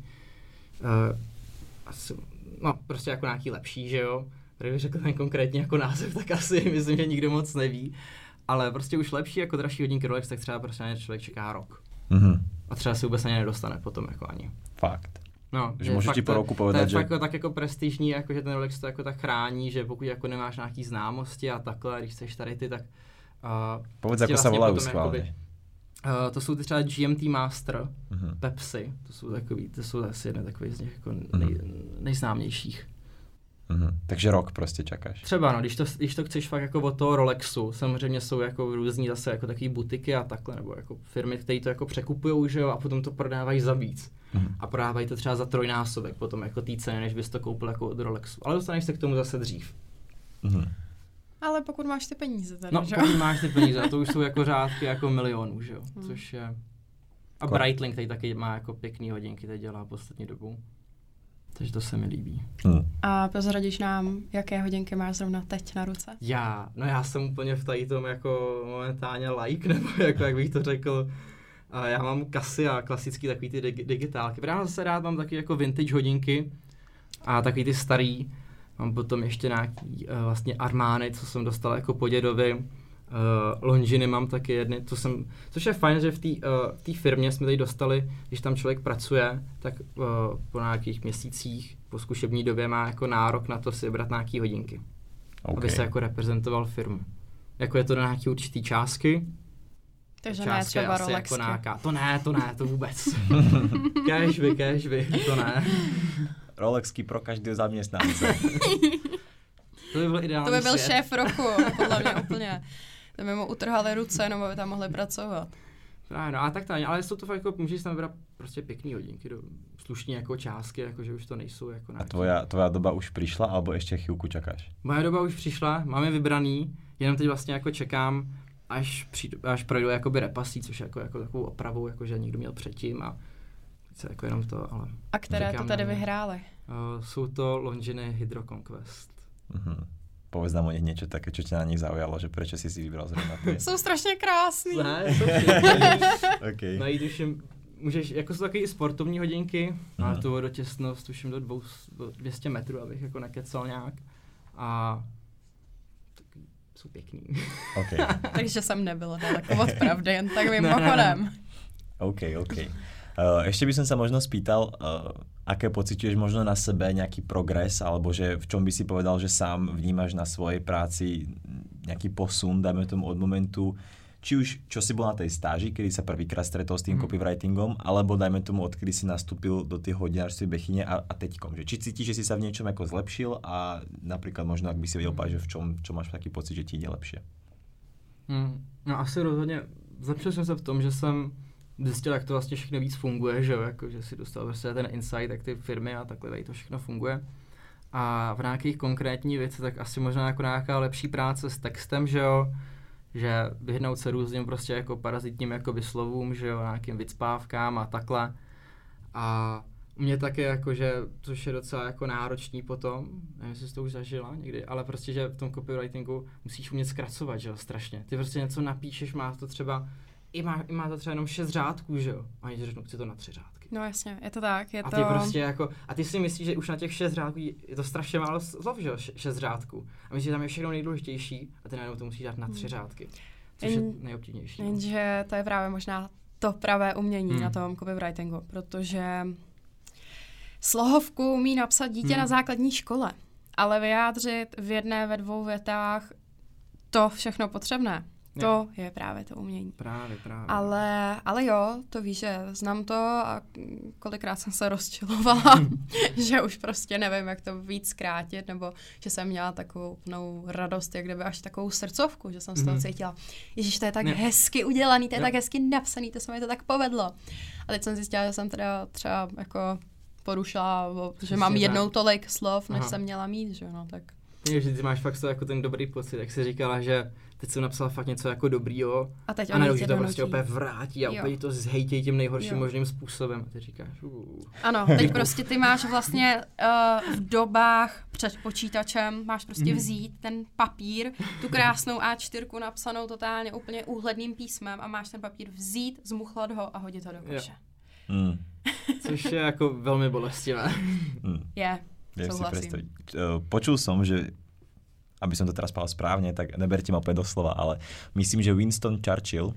prostě jako nějaký lepší, že jo, kdybych řekl ten konkrétně jako název, tak asi myslím, že nikdo moc neví. Ale prostě už lepší jako dražší hodinky Rolex, tak třeba prostě na ně člověk čeká rok. Mm-hmm. A třeba si vůbec na ně nedostane potom jako ani. Fakt. No, že môžu ti po roku povedať, že... To je tak jako prestižní, jako že ten Rolex to jako tak chrání, že pokud jako nemáš nějaký známosti a takhle, když chceš tady ty, tak... Povedz, jako sa volajú schválne. To jsou třeba GMT Master, Pepsi, to jsou asi jedné takový z nich jako nejznámějších. Takže rok prostě čakáš. Třeba no, když to chceš fakt jako od toho Rolexu, samozřejmě jsou jako různý zase jako takový butiky a takhle, nebo jako firmy, které to jako překupujou, že jo, a potom to prodávají za víc. A prodávají to třeba za 3násobek potom jako té ceny, než bys to koupil jako od Rolexu. Ale dostaneš se k tomu zase dřív. Ale pokud máš ty peníze tady, no, že? pokud máš ty peníze, a to už jsou jako řádky jako milionů, že jo, což je... A Breitling tady taky má jako pěkný hodinky, teď dělá poslední dobu. Takže to se mi líbí. A prozradíš nám, jaké hodinky máš zrovna teď na ruce? Já jsem úplně v tady tom jako momentálně like, nebo jako jak bych to řekl. Já mám Casio, klasický takový ty digitálky. Právě zase rád mám taky jako vintage hodinky a takový ty starý. Mám potom ještě nějaký vlastně Armani, co jsem dostal jako po dědovi. Longiny mám taky jedny, což je fajn, že v té firmě jsme tady dostali, když tam člověk pracuje, tak po nějakých měsících, po zkušební době má jako nárok na to si vybrat nějaký hodinky, aby se jako reprezentoval firmu. Jako je to do nějaký určitý částky. Takže ne třeba Rolexky. Jako nějaká, to ne, to vůbec. Cashby, to ne. Rolexky pro každého zaměstnance. To by byl ideální To by byl svět. šéf roku, podle mě úplně. To by mu utrhali ruce, jenom aby tam mohli pracovat. Právě, no a tak to ani, ale jsou to fakt jako, můžeš tam vybrat prostě pěkný hodinky, slušný jako částky, jako že už to nejsou jako nějaký. A tvoja doba už přišla, alebo ještě chvilku čakáš? Moje doba už přišla, mám je vybraný, jenom teď vlastně jako čekám, až projdu jakoby repasí, což jako takovou opravu, jako že někdo měl předtím a se jako jenom to, ale... A které to tady vyhrály? Jsou to Longiny Hydro Conquest. Povedz nám o nich niečo také, čo ťa na nich zaujalo, že prečo si vybral zrovna tie? Jsou strašně krásný. Ne, jsou pěkný. Okay. Najít už jim můžeš, jako jsou taky i sportovní hodinky, ale tu vodotěsnost tuším do 200 metrů, abych jako nekecal nějak. A jsou pěkný. Okay. Takže jsem nebyla daleko od pravdy, jen tak mimochodem. OK. Ešte by som sa možno spýtal, aké pociťuješ možno na sebe nejaký progres, alebo že v čom by si povedal, že sám vnímaš na svojej práci nejaký posun, dajme tomu od momentu, či už čo si bol na tej stáži, kedy sa prvýkrát stretol s tým copywritingom, alebo dajme tomu, odkedy si nastúpil do tej hodinárství Bechyne a teďkom. Že či cítiš, že si sa v niečom ako zlepšil a napríklad možno, ak by si vedel povedať, že v čom máš taký pocit, že ti ide lepšie? No asi rozhodně, zlepšil jsem se v tom, že jsem zjistil, jak to vlastně všechno víc funguje, že jo, jako, že si dostal prostě ten insight, jak ty firmy a takhle tady to všechno funguje. A v nějakých konkrétních věcech, tak asi možná jako nějaká lepší práce s textem, že jo, že vyhnout se různým prostě jako parazitním jako vyslovům, že jo, nějakým vycpávkám a takhle. A u mě taky jako, že, což je docela jako náročný potom, nevím, jestli jsi to už zažila někdy, ale prostě, že v tom copywritingu musíš umět zkracovat, že jo, strašně. Ty prostě něco napíšeš, má to třeba, má to třeba jenom 6 řádků, že jo, a oni řeknou, chci to na 3 řádky. No jasně, je to tak, a ty prostě jako, a ty si myslíš, že už na těch 6 řádků je to strašně málo slov, že jo, 6 řádků. A myslíš, že tam je všechno nejdůležitější a ty najednou to musíš dát na 3 řádky, což je nejobtížnější. Jenže to je právě možná to pravé umění na tom copywritingu, protože slohovku umí napsat dítě na základní škole, ale vyjádřit v 1, ve 2 větách to všechno potřebné. To je právě to umění. Právě. Ale jo, to víš, že znám to a kolikrát jsem se rozčilovala, že už prostě nevím, jak to víc zkrátit, nebo že jsem měla takovou úplnou radost, jak kdyby až takovou srdcovku, že jsem z toho cítila. Ježiš, to je tak hezky udělaný, to je tak hezky napsaný, to se mi to tak povedlo. A teď jsem zjistila, že jsem teda třeba jako porušila, že mám jednou tolik slov, než jsem měla mít, že no, tak. Že ty máš fakt jako ten dobrý pocit, jak jsi říkala, že teď jsem napsala fakt něco jako dobrýho a teď najednou to prostě opět vrátí a opět to zhejtějí tím nejhorším možným způsobem a ty říkáš Ano, teď prostě ty máš vlastně v dobách před počítačem, máš prostě vzít ten papír, tu krásnou A4 napsanou totálně úplně úhledným písmem a máš ten papír vzít, zmuchlat ho a hodit ho do koše. Což je jako velmi bolestivé. Je. Počul som, že aby som to teraz povedal správne, tak neberte ma opäť do slova, ale myslím, že Winston Churchill,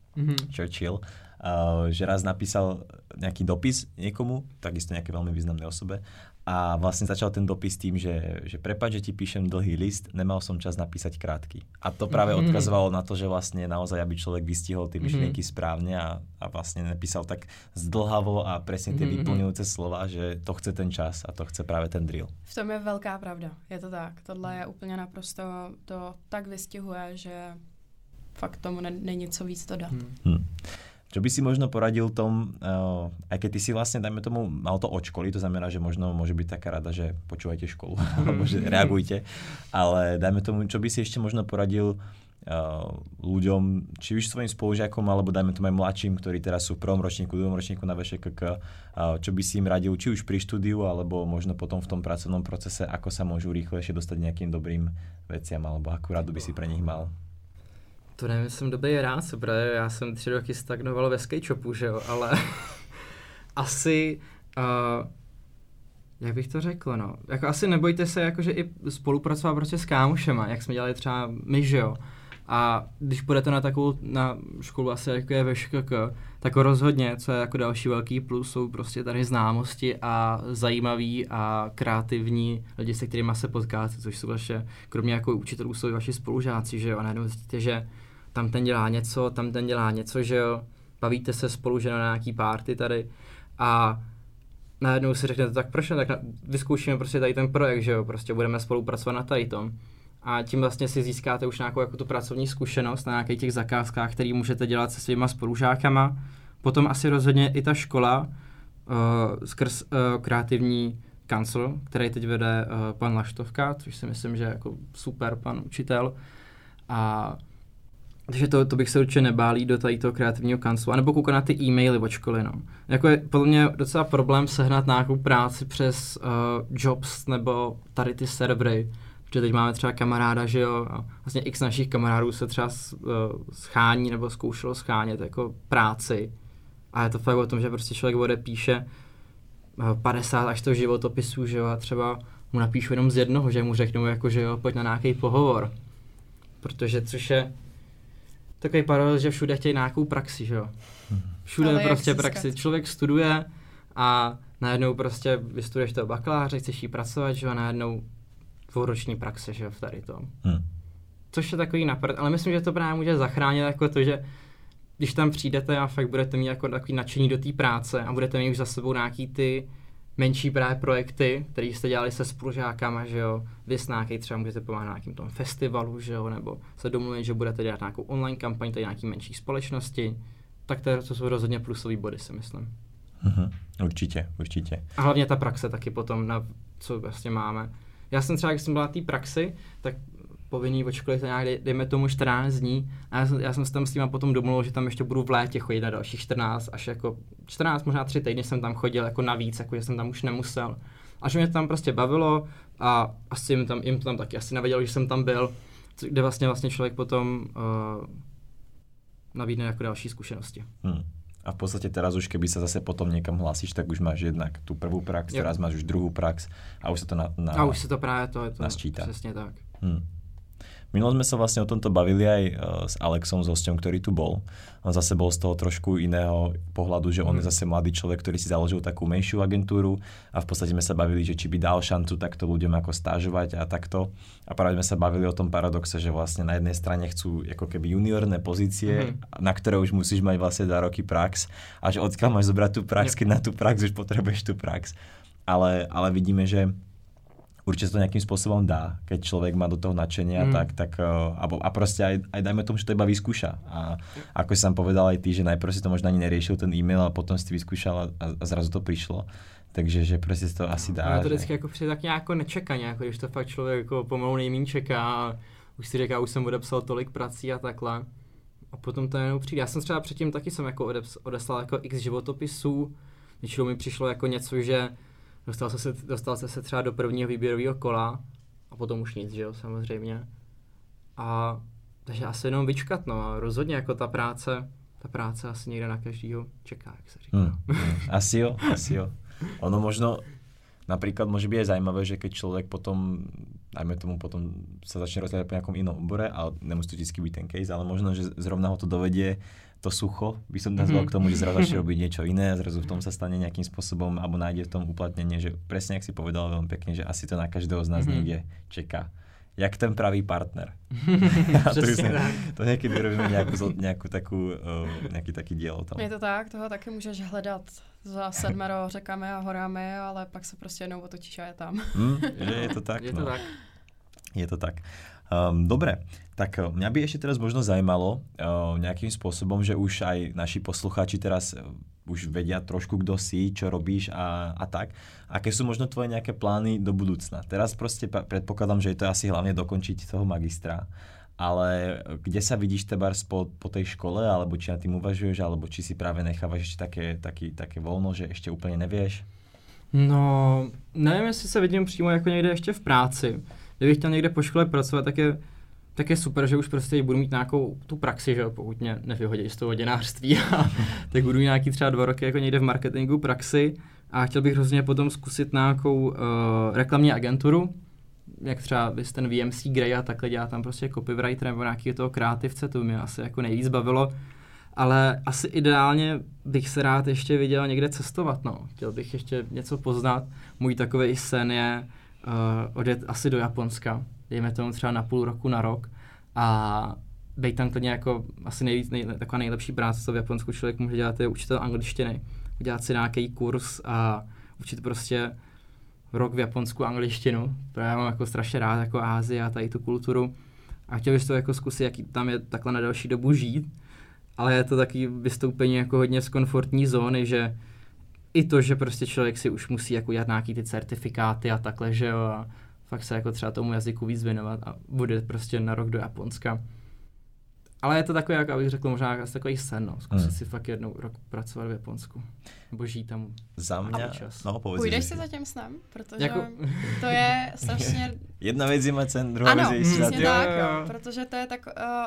že raz napísal nejaký dopis niekomu, takisto nejaké veľmi významnej osobe, a vlastne začal ten dopis tým, že prepáč, že ti píšem dlhý list, nemal som čas napísať krátky. A to práve odkazovalo na to, že vlastne naozaj, aby človek vystihol tie myšlienky správne a vlastne nepísal tak zdlhavo a presne tie vyplňujúce slova, že to chce ten čas a to chce práve ten drill. V tom je velká pravda, je to tak. Tohle je úplně naprosto, to tak vystihuje, že fakt tomu není co víc dodat. Čo by si možno poradil tom, aj keď ty si vlastne, dajme tomu, mal to od školy, to znamená, že možno môže byť taká rada, že počúvajte školu, alebo že reagujte, ale dajme tomu, čo by si ešte možno poradil ľuďom, či už svojim spolužiakom, alebo dajme tomu aj mladším, ktorí teraz sú v 1. ročníku, 2. ročníku na VŠKK, čo by si im radil, či už pri štúdiu, alebo možno potom v tom pracovnom procese, ako sa môžu rýchlejšie dostať nejakým dobrým veciam, alebo akú radu by si pre nich mal? To nevím, jsem dobrý rád, protože já jsem 3 roky stagnoval ve SketchUpu, že jo, ale asi, jak bych to řekl, no, jako asi nebojte se jakože i spolupracovat prostě s kámošema, jak jsme dělali třeba my, že jo, a když půjdete na takovou, na školu asi jako je VŠKK, tak rozhodně, co je jako další velký plus, jsou prostě tady známosti a zajímaví a kreativní lidi, se kterými se potkáte, což jsou vaše, kromě jako učitelů, jsou vaši spolužáci, že jo, a najednou zjistíte, že tam ten dělá něco, že jo, bavíte se spolu, že na nějaký party tady a najednou si řeknete, tak proč ne, tak vyzkoušíme prostě tady ten projekt, že jo, prostě budeme spolupracovat na tady tom. A tím vlastně si získáte už nějakou jako tu pracovní zkušenost na nějakých těch zakázkách, které můžete dělat se svýma spolužákama. Potom asi rozhodně i ta škola skrz kreativní kancel, který teď vede pan Laštovka, což si myslím, že je jako super pan učitel. A takže to bych se určitě nebálí do tady toho kreativního kanclu, anebo koukat na ty e-maily od školy, no. Jako je podle mě docela problém sehnat nějakou práci přes Jobs nebo tady ty servery, protože teď máme třeba kamaráda, že jo, a vlastně x našich kamarádů se třeba schání nebo zkoušelo schánět jako práci A je to fakt o tom, že prostě člověk odepíše 50 až 100 životopisů, že jo, a třeba mu napíšu jenom z jednoho, že mu řeknou jako, že jo, pojď na nějaký pohovor. Protože což je takový paradox, že všude chtějí nějakou praxi, že jo. Všude je prostě praxi. Člověk studuje a najednou prostě vystuduješ toho bakaláře, chceš jí pracovat, že jo, a najednou dvouroční praxe, že jo, v tady tom. Což je takový napad, ale myslím, že to právě může zachránit jako to, že když tam přijdete a fakt budete mít jako takový nadšení do té práce a budete mít už za sebou nějaký ty menší právě projekty, které jste dělali se spolužákama, že jo, vy s nějaký třeba můžete pomáhat na nějakým tom festivalu, že jo, nebo se domluvit, že budete dělat nějakou online kampaň, tady nějaký menší společnosti, tak to jsou rozhodně plusový body, si myslím. Určitě. A hlavně ta praxe taky potom, na co vlastně máme. Já jsem třeba, když jsem byla na té praxi, tak povinný od školy to nějak, dejme tomu 14 dní a já jsem se tam s tím potom domluvil, že tam ještě budu v létě chodit na dalších 14, až jako 14, možná 3 týdny jsem tam chodil jako navíc, jako že jsem tam už nemusel. A že mě to tam prostě bavilo a asi jim to tam taky asi nevědělo, že jsem tam byl, kde vlastně člověk potom nabídne jako další zkušenosti. A v podstate teraz už, keby sa zase potom niekam hlasíš, tak už máš jednak tú prvú prax, teraz máš už druhú prax a už sa to A už sa to práve to nasčíta. Přesne tak. Minulo sme sa vlastne o tomto bavili aj s Alexom, s hosťom, ktorý tu bol. On zase bol z toho trošku iného pohľadu, že on je zase mladý človek, ktorý si založil takú menšiu agentúru a v podstate sme sa bavili, že či by dal šancu takto ľuďom ako stážovať a takto. A práve sme sa bavili o tom paradoxe, že vlastne na jednej strane chcú ako keby juniorné pozície, na ktoré už musíš mať vlastne 2 roky prax a že odkiaľ máš zobrať tú prax, keď na tú prax už potrebuješ tú prax. Ale vidíme, že určite to nejakým spôsobom dá, keď človek má do toho nadšenia, tak a proste aj dajme tomu, že to iba vyskúša. A ako si sám povedal aj ty, že najprv si to možno ani neriešil ten e-mail a potom si to vyskúšal a zrazu to prišlo. Takže že prostě to asi dá. Ale to vždycky jako přijde tak nějak nečekaně, jako když to fakt člověk jako pomalu nejmín čeká a už si říká, už jsem odepsal tolik prací a takhle. A potom to jenom přijde. Já jsem třeba předtím taky jsem jako odeslal jako x životopisů, většinou mi přišlo jako něco, že dostal se třeba do prvního výběrového kola a potom už nic, že jo, samozřejmě. A takže asi jenom vyčkat, no a rozhodně jako ta práce asi někde na každýho čeká, jak se říká. Asi jo. Ono možno, napríklad môže byť aj zaujímavé, že keď človek potom, dajme tomu, potom sa začne rozhľadať po nejakom inom obore, ale nemusí to vždycky byť ten case, ale možno, že zrovna ho to dovedie to sucho, by som nazval k tomu, že zrazu začne robiť niečo iné a zrazu v tom sa stane nejakým spôsobom, alebo nájde v tom uplatnenie, že presne, jak si povedal veľmi pekne, že asi to na každého z nás niekde čeká. Jak ten pravý partner. To někdy robíme nějaký taký diel tam. Je to tak, toho taky můžeš hledat za 7 řekami a horami, ale pak se prostě jednou otočíš a je tam. Že je to tak. Je to tak. Dobre, tak mňa by ešte teraz možno zajímalo nejakým spôsobom, že už aj naši poslucháči teraz už vedia trošku, kdo si, čo robíš a tak. Aké sú možno tvoje nejaké plány do budúcna? Teraz proste predpokladám, že je to asi hlavne dokončiť toho magistra, ale kde sa vidíš tebárs po tej škole, alebo či na tým uvažuješ, alebo či si práve nechávaš ešte také voľno, že ešte úplne nevieš? No, nevím, jestli se vidím přímo jako někde ještě v práci. Kdybych chtěl někde po škole pracovat, tak je super, že už prostě budu mít nějakou tu praxi, že jo, pokud mě nevyhodí z toho hodinářství, tak budu mít nějaký třeba 2 roky jako někde v marketingu praxi a chtěl bych hrozně potom zkusit nějakou reklamní agenturu, jak třeba ten VMC Grey a takhle dělá tam prostě copywriter nebo nějaký toho kreativce, to mě asi jako nejvíc bavilo, ale asi ideálně bych se rád ještě viděl někde cestovat, no. Chtěl bych ještě něco poznat, můj takový sen je odjet asi do Japonska, dejme tomu třeba na půl roku, na rok a být tam klidně jako asi taková nejlepší práce, co v Japonsku člověk může dělat, je učitel angličtiny, udělat si nějaký kurz a učit prostě rok v Japonsku angličtinu, protože já mám jako strašně rád jako Asii a tady tu kulturu a chtěl bych to jako zkusit, jaký tam je takhle na další dobu žít, ale je to taky vystoupení jako hodně z komfortní zóny, že i to, že prostě člověk si už musí jako dělat nějaký ty certifikáty a takhle, že jo, a fakt se jako třeba tomu jazyku víc věnovat a bude prostě na rok do Japonska. Ale je to takový, jak abych řekl, možná asi takový sen, no. Zkusit si fakt jednou rok pracovat v Japonsku. Nebo žít tam. Za mě, no, půjdeš si za tím snem? Protože jako... to je strašně... Jedna věc je mít sen, druhá věc je jít. Ano, přesně tak, jo. Protože to je tak...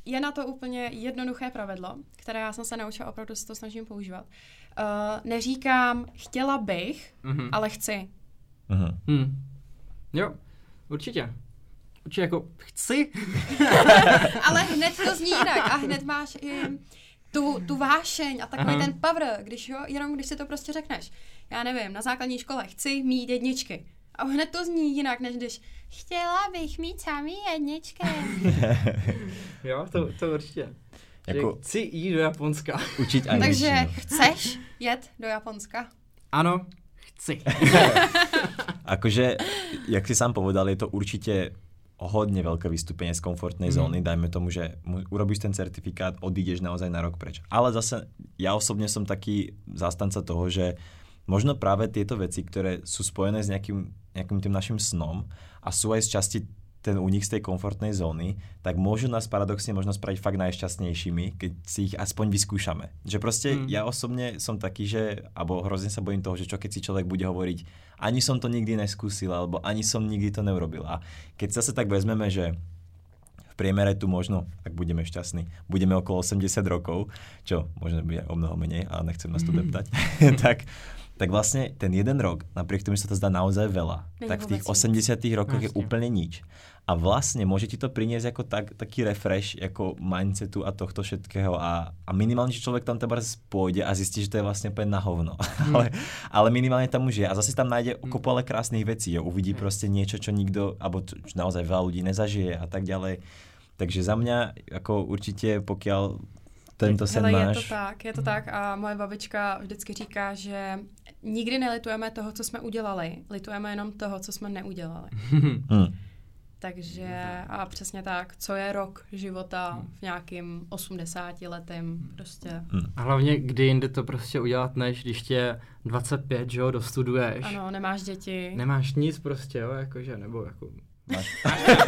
je na to úplně jednoduché pravidlo, které já jsem se naučila, opravdu se to snažím používat. Neříkám chtěla bych, ale chci. Jo, určitě. Určitě jako chci. Ale hned to zní jinak a hned máš i tu vášeň a takový ten power, jenom když si to prostě řekneš. Já nevím, na základní škole chci mít jedničky. A hned to zní jinak, než když chtěla bych mít samý jedničky. Jo, to určitě. Jako, chci jít do Japonska. Učit angličtinu. Takže chceš jet do Japonska? Ano, chci. Akože, jak si sám povedal, je to určite hodne veľké vystúpenie z komfortnej zóny. Dajme tomu, že urobíš ten certifikát, odídeš naozaj na rok preč. Ale zase, ja osobne som taký zástanca toho, že možno práve tieto veci, ktoré sú spojené s nejakým tým našim snom a sú aj z časti ten únik z tej komfortnej zóny, tak môžu nás paradoxne možno spraviť fakt najšťastnejšími, keď si ich aspoň vyskúšame. Že proste ja osobne som taký, že, alebo hrozne sa bojím toho, že čo keď si človek bude hovoriť, ani som to nikdy neskúsil, alebo ani som nikdy to neurobil. A keď sa tak vezmeme, že v priemere tu možno, ak budeme šťastní, budeme okolo 80 rokov, čo možno bude o mnoho menej, ale nechcem nás tu deptať, tak vlastne ten jeden rok, napriek tomu, že sa to zdá naozaj veľa, tak v tých 80 rokoch je úplne nič. A vlastne môže ti to priniesť ako taký refresh, ako mindsetu a tohto všetkého a minimálne, že človek tam teda pôjde a zistí, že to je vlastne úplne na hovno. ale minimálne tam už je a zase tam nájde kopu ale krásnych vecí. Uvidí proste niečo, čo nikto, alebo čo naozaj veľa ľudí nezažije a tak ďalej. Takže za mňa, ako určite, pokiaľ tento sen máš... Je to tak a moje babička vždycky říká, že nikdy nelitujeme toho, co jsme udělali, litujeme jenom toho, co jsme neudělali. Takže a přesně tak, co je rok života v nějakým 80 letém prostě. A hlavně kdy jinde to prostě udělat, než když tě 25, že jo, dostuduješ. Ano, nemáš děti. Nemáš nic prostě, jo, jakože, nebo jako... Máš.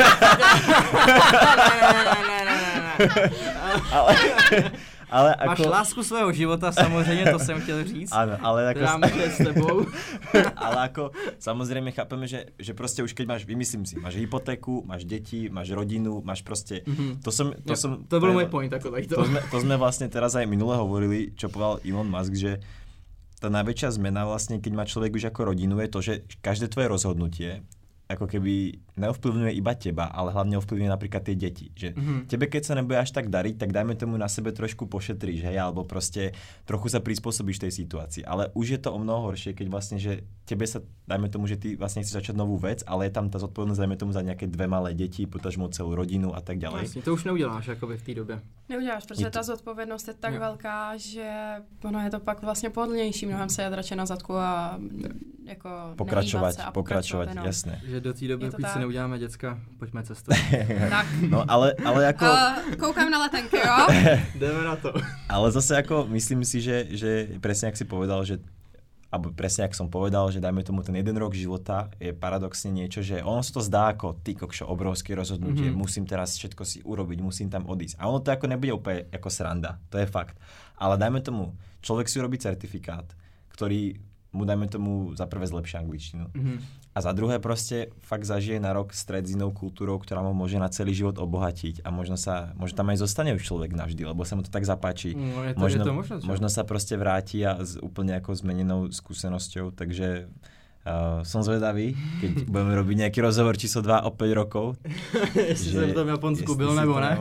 Ale ako... Máš lásku svého života, samozřejmě, to jsem chtěl říct. Áno, ale ako... Dáme s tebou. Ale ako, samozrejme chápeme, že proste už keď máš, vymyslím si, máš hypotéku, máš deti, máš rodinu, máš proste... To bol môj point, ako takto. To sme vlastne teraz aj minule hovorili, čo povedal Elon Musk, že tá najväčšia zmena vlastne, keď má človek už ako rodinu, je to, že každé tvoje rozhodnutie ako keby neovplyvňuje iba teba, ale hlavne ovplyvňuje napríklad tie deti. Že tebe, keď sa nebude až tak dariť, tak dajme tomu na sebe trošku pošetríš, hej, alebo proste trochu sa prispôsobíš tej situácii. Ale už je to o mnoho horšie, keď vlastne, že tebe sa, dajme tomu, že ty vlastne chceš začať novú vec, ale je tam tá zodpovednosť, dajme tomu, za nejaké 2 malé deti, potažmo celú rodinu a tak ďalej. Vlastne, to už neuděláš jakoby v té době. Neuděláš, protože ta zodpovědnost je tak velká, že ono je to pak vlastně pohodlnější, mnohem se jít radši na zadku a jako pokračovat, no. Jasné. Že do té doby, pokud si neuděláme děcka, pojďme cestovat. Tak. No ale jako... Koukám na letenky, jo? Jdeme na to. Ale zase jako myslím si, že presne jak si povedal, že alebo presne jak som povedal, že dajme tomu ten jeden rok života je paradoxne niečo, že ono sa to zdá ako ty kokšo, obrovské rozhodnutie, musím teraz všetko si urobiť, musím tam odísť. A ono to ako nebude úplne ako sranda, to je fakt. Ale dajme tomu, človek si urobí certifikát, ktorý mu dajme tomu za prvé zlepší angličtinu. A za druhé proste fakt zažije na rok stret s inou kultúrou, ktorá mu môže na celý život obohatiť a možno tam aj zostane už človek navždy, lebo sa mu to tak zapáči. Možno sa proste vráti a s úplne ako zmenenou skúsenosťou, takže som zvedavý, keď budeme robiť nejaký rozhovor číslo 2 o 5 rokov. Jestli jsem v tom Japonsku byl nebo ne.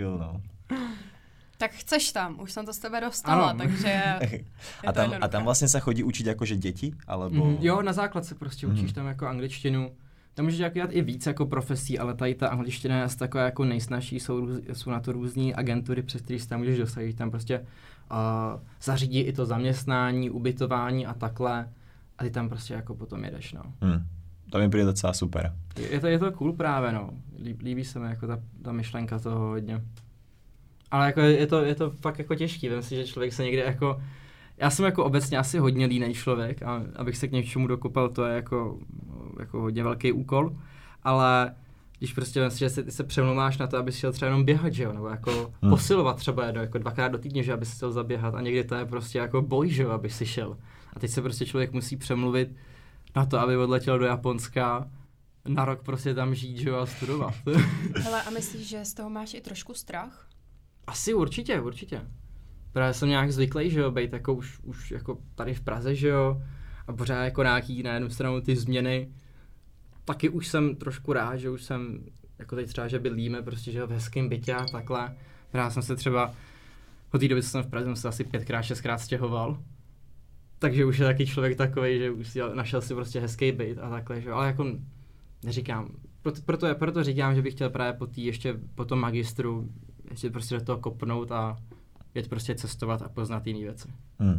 Tak chceš tam, už som to z tebe dostala, takže a tam vlastne sa chodí učiť akože deti? Alebo... Jo, na základce prostě učíš tam jako angličtinu. Tam můžeš dělat i víc jako profesí, ale tady ta angličtina je taková jako nejsnažší, jsou na to různý agentury, přes který se tam můžeš dostat, tam prostě zařídí i to zaměstnání, ubytování a takhle a ty tam prostě jako potom jedeš, no. To mi přijde docela super. Je to cool právě, no. Líbí se mi jako ta myšlenka toho hodně. Ale jako je to fakt jako těžký, vem si, že člověk se někde jako... Já jsem jako obecně asi hodně línej člověk a abych se k něčemu dokopal, to je jako hodně velký úkol, ale když prostě vem si, že se přemlouváš na to, abys šel třeba jenom běhat, že jo, nebo jako posilovat třeba jako 2krát do týdne, že abys chtěl zaběhat a někdy to je prostě jako boj, že jo, abys si šel. A teď se prostě člověk musí přemluvit na to, aby odletěl do Japonska, na rok prostě tam žít, že jo, a studovat. Hele, a myslíš, že z toho máš i trošku strach? Asi určitě. Právě jsem nějak zvyklý, že jo, být jako už jako tady v Praze, že jo, a pořád jako nějaký na jednu stranu ty změny. Taky už jsem trošku rád, že už jsem, jako teď třeba, že bydlíme prostě, že jo, v hezkém bytě a takhle. Právě jsem se třeba, od té doby, co jsem v Praze, jsem se asi 5x, 6x stěhoval. Takže už je taky člověk takovej, že už si našel si prostě hezký byt a takhle, že jo, ale jako neříkám, proto říkám, že bych chtěl právě ještě po tom magistru ještě prostě do toho kopnout a jet prostě cestovat a poznat jiné věci.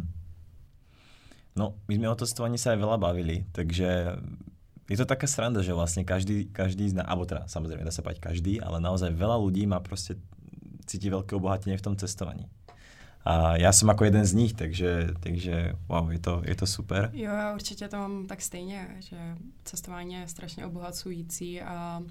No, my sme o cestovaní sa aj veľa bavili, takže je to taká sranda, že vlastne každý zná, alebo teda samozrejme dá sa povedať každý, ale naozaj veľa ľudí má proste cíti veľké obohatenie v tom cestovaní. A já jsem jako jeden z nich, takže wow, je to super. Jo, já určitě to mám tak stejně, že cestování je strašně obohacující a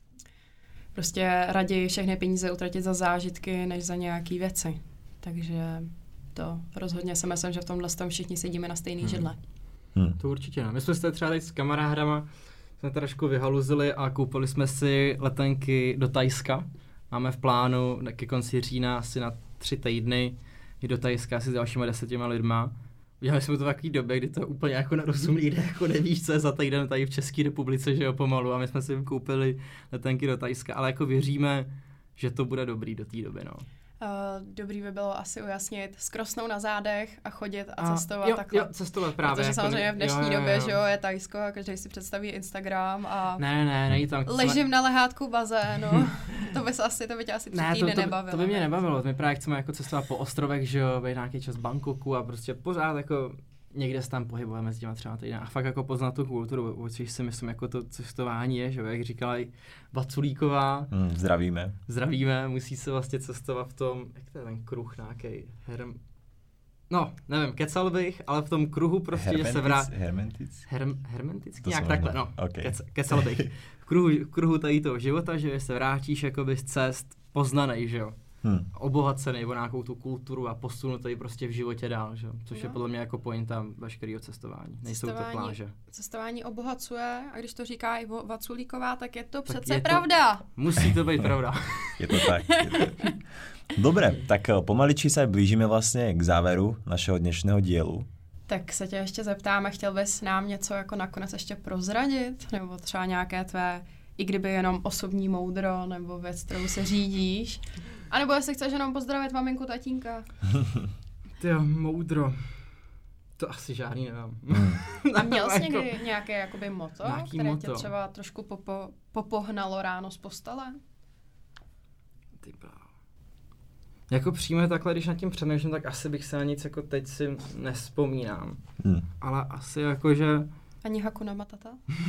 prostě raději všechny peníze utratit za zážitky, než za nějaký věci. Takže to rozhodně si myslím, že v tomhle tom všichni sedíme na stejný židle. To určitě. My jsme se třeba tady s kamarádama jsme trošku vyhaluzili a koupili jsme si letenky do Thajska. Máme v plánu ke konci října asi na 3 týdny i do Thajska asi s dalšíma 10 lidma. Udělali jsme to v takový době, kdy to úplně jako nerozumný jde, jako nevíš, co je za týden tady v České republice, že jo, pomalu. A my jsme si koupili letenky do Thajska, ale jako věříme, že to bude dobrý do té doby, no. Dobrý by bylo asi ujasnit, skrosnou na zádech a chodit a cestovat takhle. Jo, cestovat právě. Protože jako samozřejmě v dnešní době, že jo, je Thajsko a každý si představí Instagram a ne, tam. Ležím na lehátku bazénu. To by tě asi 3 týdny nebavilo. To by mě nebavilo, my právě chceme jako cestovat po ostrovech, že jo, být nějaký čas v Bangkoku a prostě pořád jako někde se tam pohybujeme s těma 3 týdny a fakt jako poznat tu kulturu, o což si myslím, jako to cestování je, že jo, jak říkala i Vaculíková. Zdravíme, musí se vlastně cestovat v tom, jak to je ten kruh nějaký, nevím, kecal bych, ale v tom kruhu prostě, že se hermetický, nějak takhle, no, okay. Kecal bych. V kruhu tady toho života, že se vrátíš jakoby z cest poznanej, že jo. Obohacený o nějakou tu kulturu a posunutý prostě v životě dál, že? Což je podle mě jako pointa veškerého cestování. Nejsou to pláže. Cestování obohacuje a když to říká i Vaculíková, tak je to přece pravda. Musí to být pravda. Je to tak. Dobre, tak pomaličky sa blížíme vlastně k záveru našeho dnešného dílu. Tak se tě ještě zeptáme, chtěl bys nám něco jako nakonec ještě prozradit? Nebo třeba nějaké tvé, i kdyby jenom osobní moudro, nebo věc, kterou se řídíš? A nebo jestli chceš jenom pozdravit maminku, tatínka. Tyjo, moudro. To asi žádný nemám. A měl jsi někdy nějaké jakoby moto, které tě třeba trošku popohnalo ráno z postele? Ty bláho. Jako přímo takhle, když nad tím přemýšlím, tak asi bych se na nic jako teď si nespomínám. Ale asi jako, že... Ani Hakuna Matata?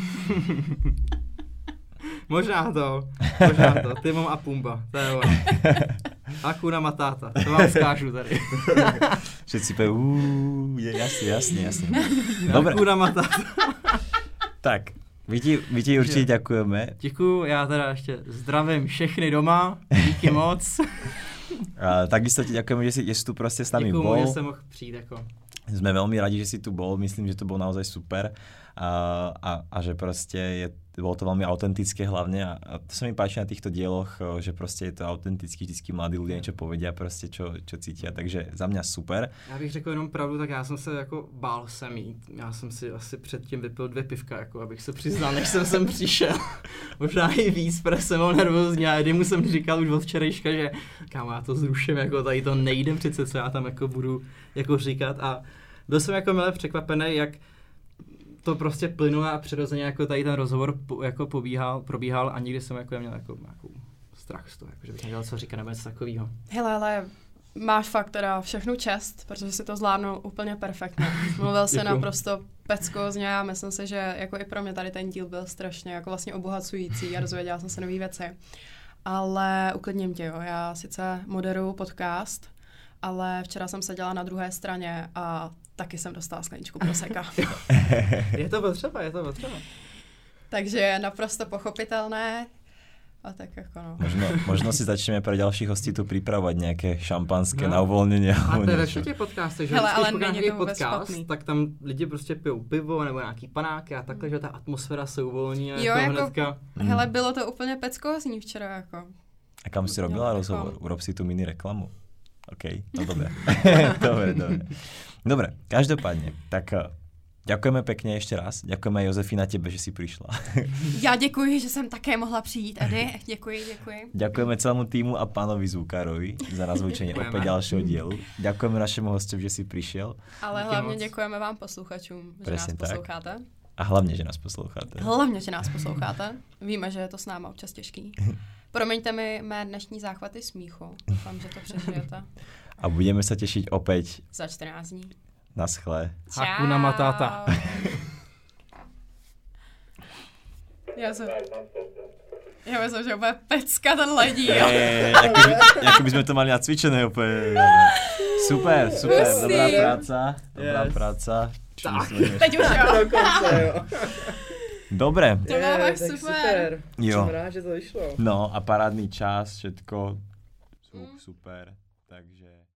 Možná to. Timon a Pumba, to je ono. Hakuna Matata, to vám zkážu tady. Všetci je jasně. Dobre. Hakuna Matata. Tak, my ti určitě děkujeme. Děkuju, já teda ještě zdravím všechny doma, díky moc. Takisto ti ďakujeme, že si tu prostě s nami bol. Děkuju, že jsem mohl přijít jako. Sme veľmi radi, že si tu bol, myslím, že to bol naozaj super a že proste bolo to veľmi autentické hlavne a to sa mi páči na týchto dieloch, že proste je to autenticky, vždycky mladí ľudia niečo povedia proste, čo cítia, takže za mňa super. Já bych řekl jenom pravdu, tak já jsem se jako bál sem jít, já jsem si asi předtím vypil 2 pivka, jako abych se přiznal, než jsem sem přišel, možná i víc, protože jsem byl nervózní a Edimu jsem říkal už od včerejška, že kámo, já to zruším, jako tady to nejde přece, co já tam jako budu jako říkat a byl jsem jako milé překvapený, jak to prostě plynulo a přirozeně jako tady ten rozhovor jako probíhal a nikdy jsem jako měl jako nějakou strach z toho, jako, že bych nevěděl, co říkat nebo něco takového. Hele, ale máš fakt teda všechnu čest, protože si to zvládnul úplně perfektně. Mluvil se naprosto peckózně a myslím si, že jako i pro mě tady ten díl byl strašně jako vlastně obohacující a dozvěděla jsem se nový věci. Ale uklidním tě, jo, já sice moderuju podcast, ale včera jsem seděla na druhé straně a taky jsem dostala skleničku proseka. Je to potřeba. Takže je naprosto pochopitelné. A tak jako no. Možno si začneme pre ďalších hostí tu pripravovať nejaké šampanské na uvolnění. A to je ve všech podcastech, že ale když podcast, tak tam lidi prostě pijou pivo nebo nějaký panáky a takhle, že ta atmosféra se uvolní a jo, jako hnedka. Hele, bylo to úplně peckózní včera jako. A kam si robila rozhovor? Urob si tu mini reklamu. OK, no dobre. Dobre, každopádne, tak ďakujeme pekne ešte raz. Ďakujeme aj Josefína tebe, že si prišla. Já děkuji, že jsem také mohla přijít, Edy. Děkuji. Ďakujeme celému týmu a pánovi zvukárovi za nazvučenie opäť ďalšieho dielu. Ďakujeme našemu hostovi, že si prišiel. Ale hlavně děkujeme vám posluchačům, že Presne nás posloucháte. A hlavne, že nás posloucháte. Víme, že je to s náma občas těžký. Promiňte mi mé dnešní záchvaty smíchu. Doufám, že to přežijete. A budeme sa tešiť opäť za 14 dní. Naschle. Hakuna Matata. Já myslím, že úplně pecka ten ledí. Jako by sme to mali nacvičené úplně. Super, dobrá práca. Tak, teď už jo. Dobre. To bylo super. Jo. Jsem rád, že to vyšlo. No a parádny čas, všetko. Super, takže...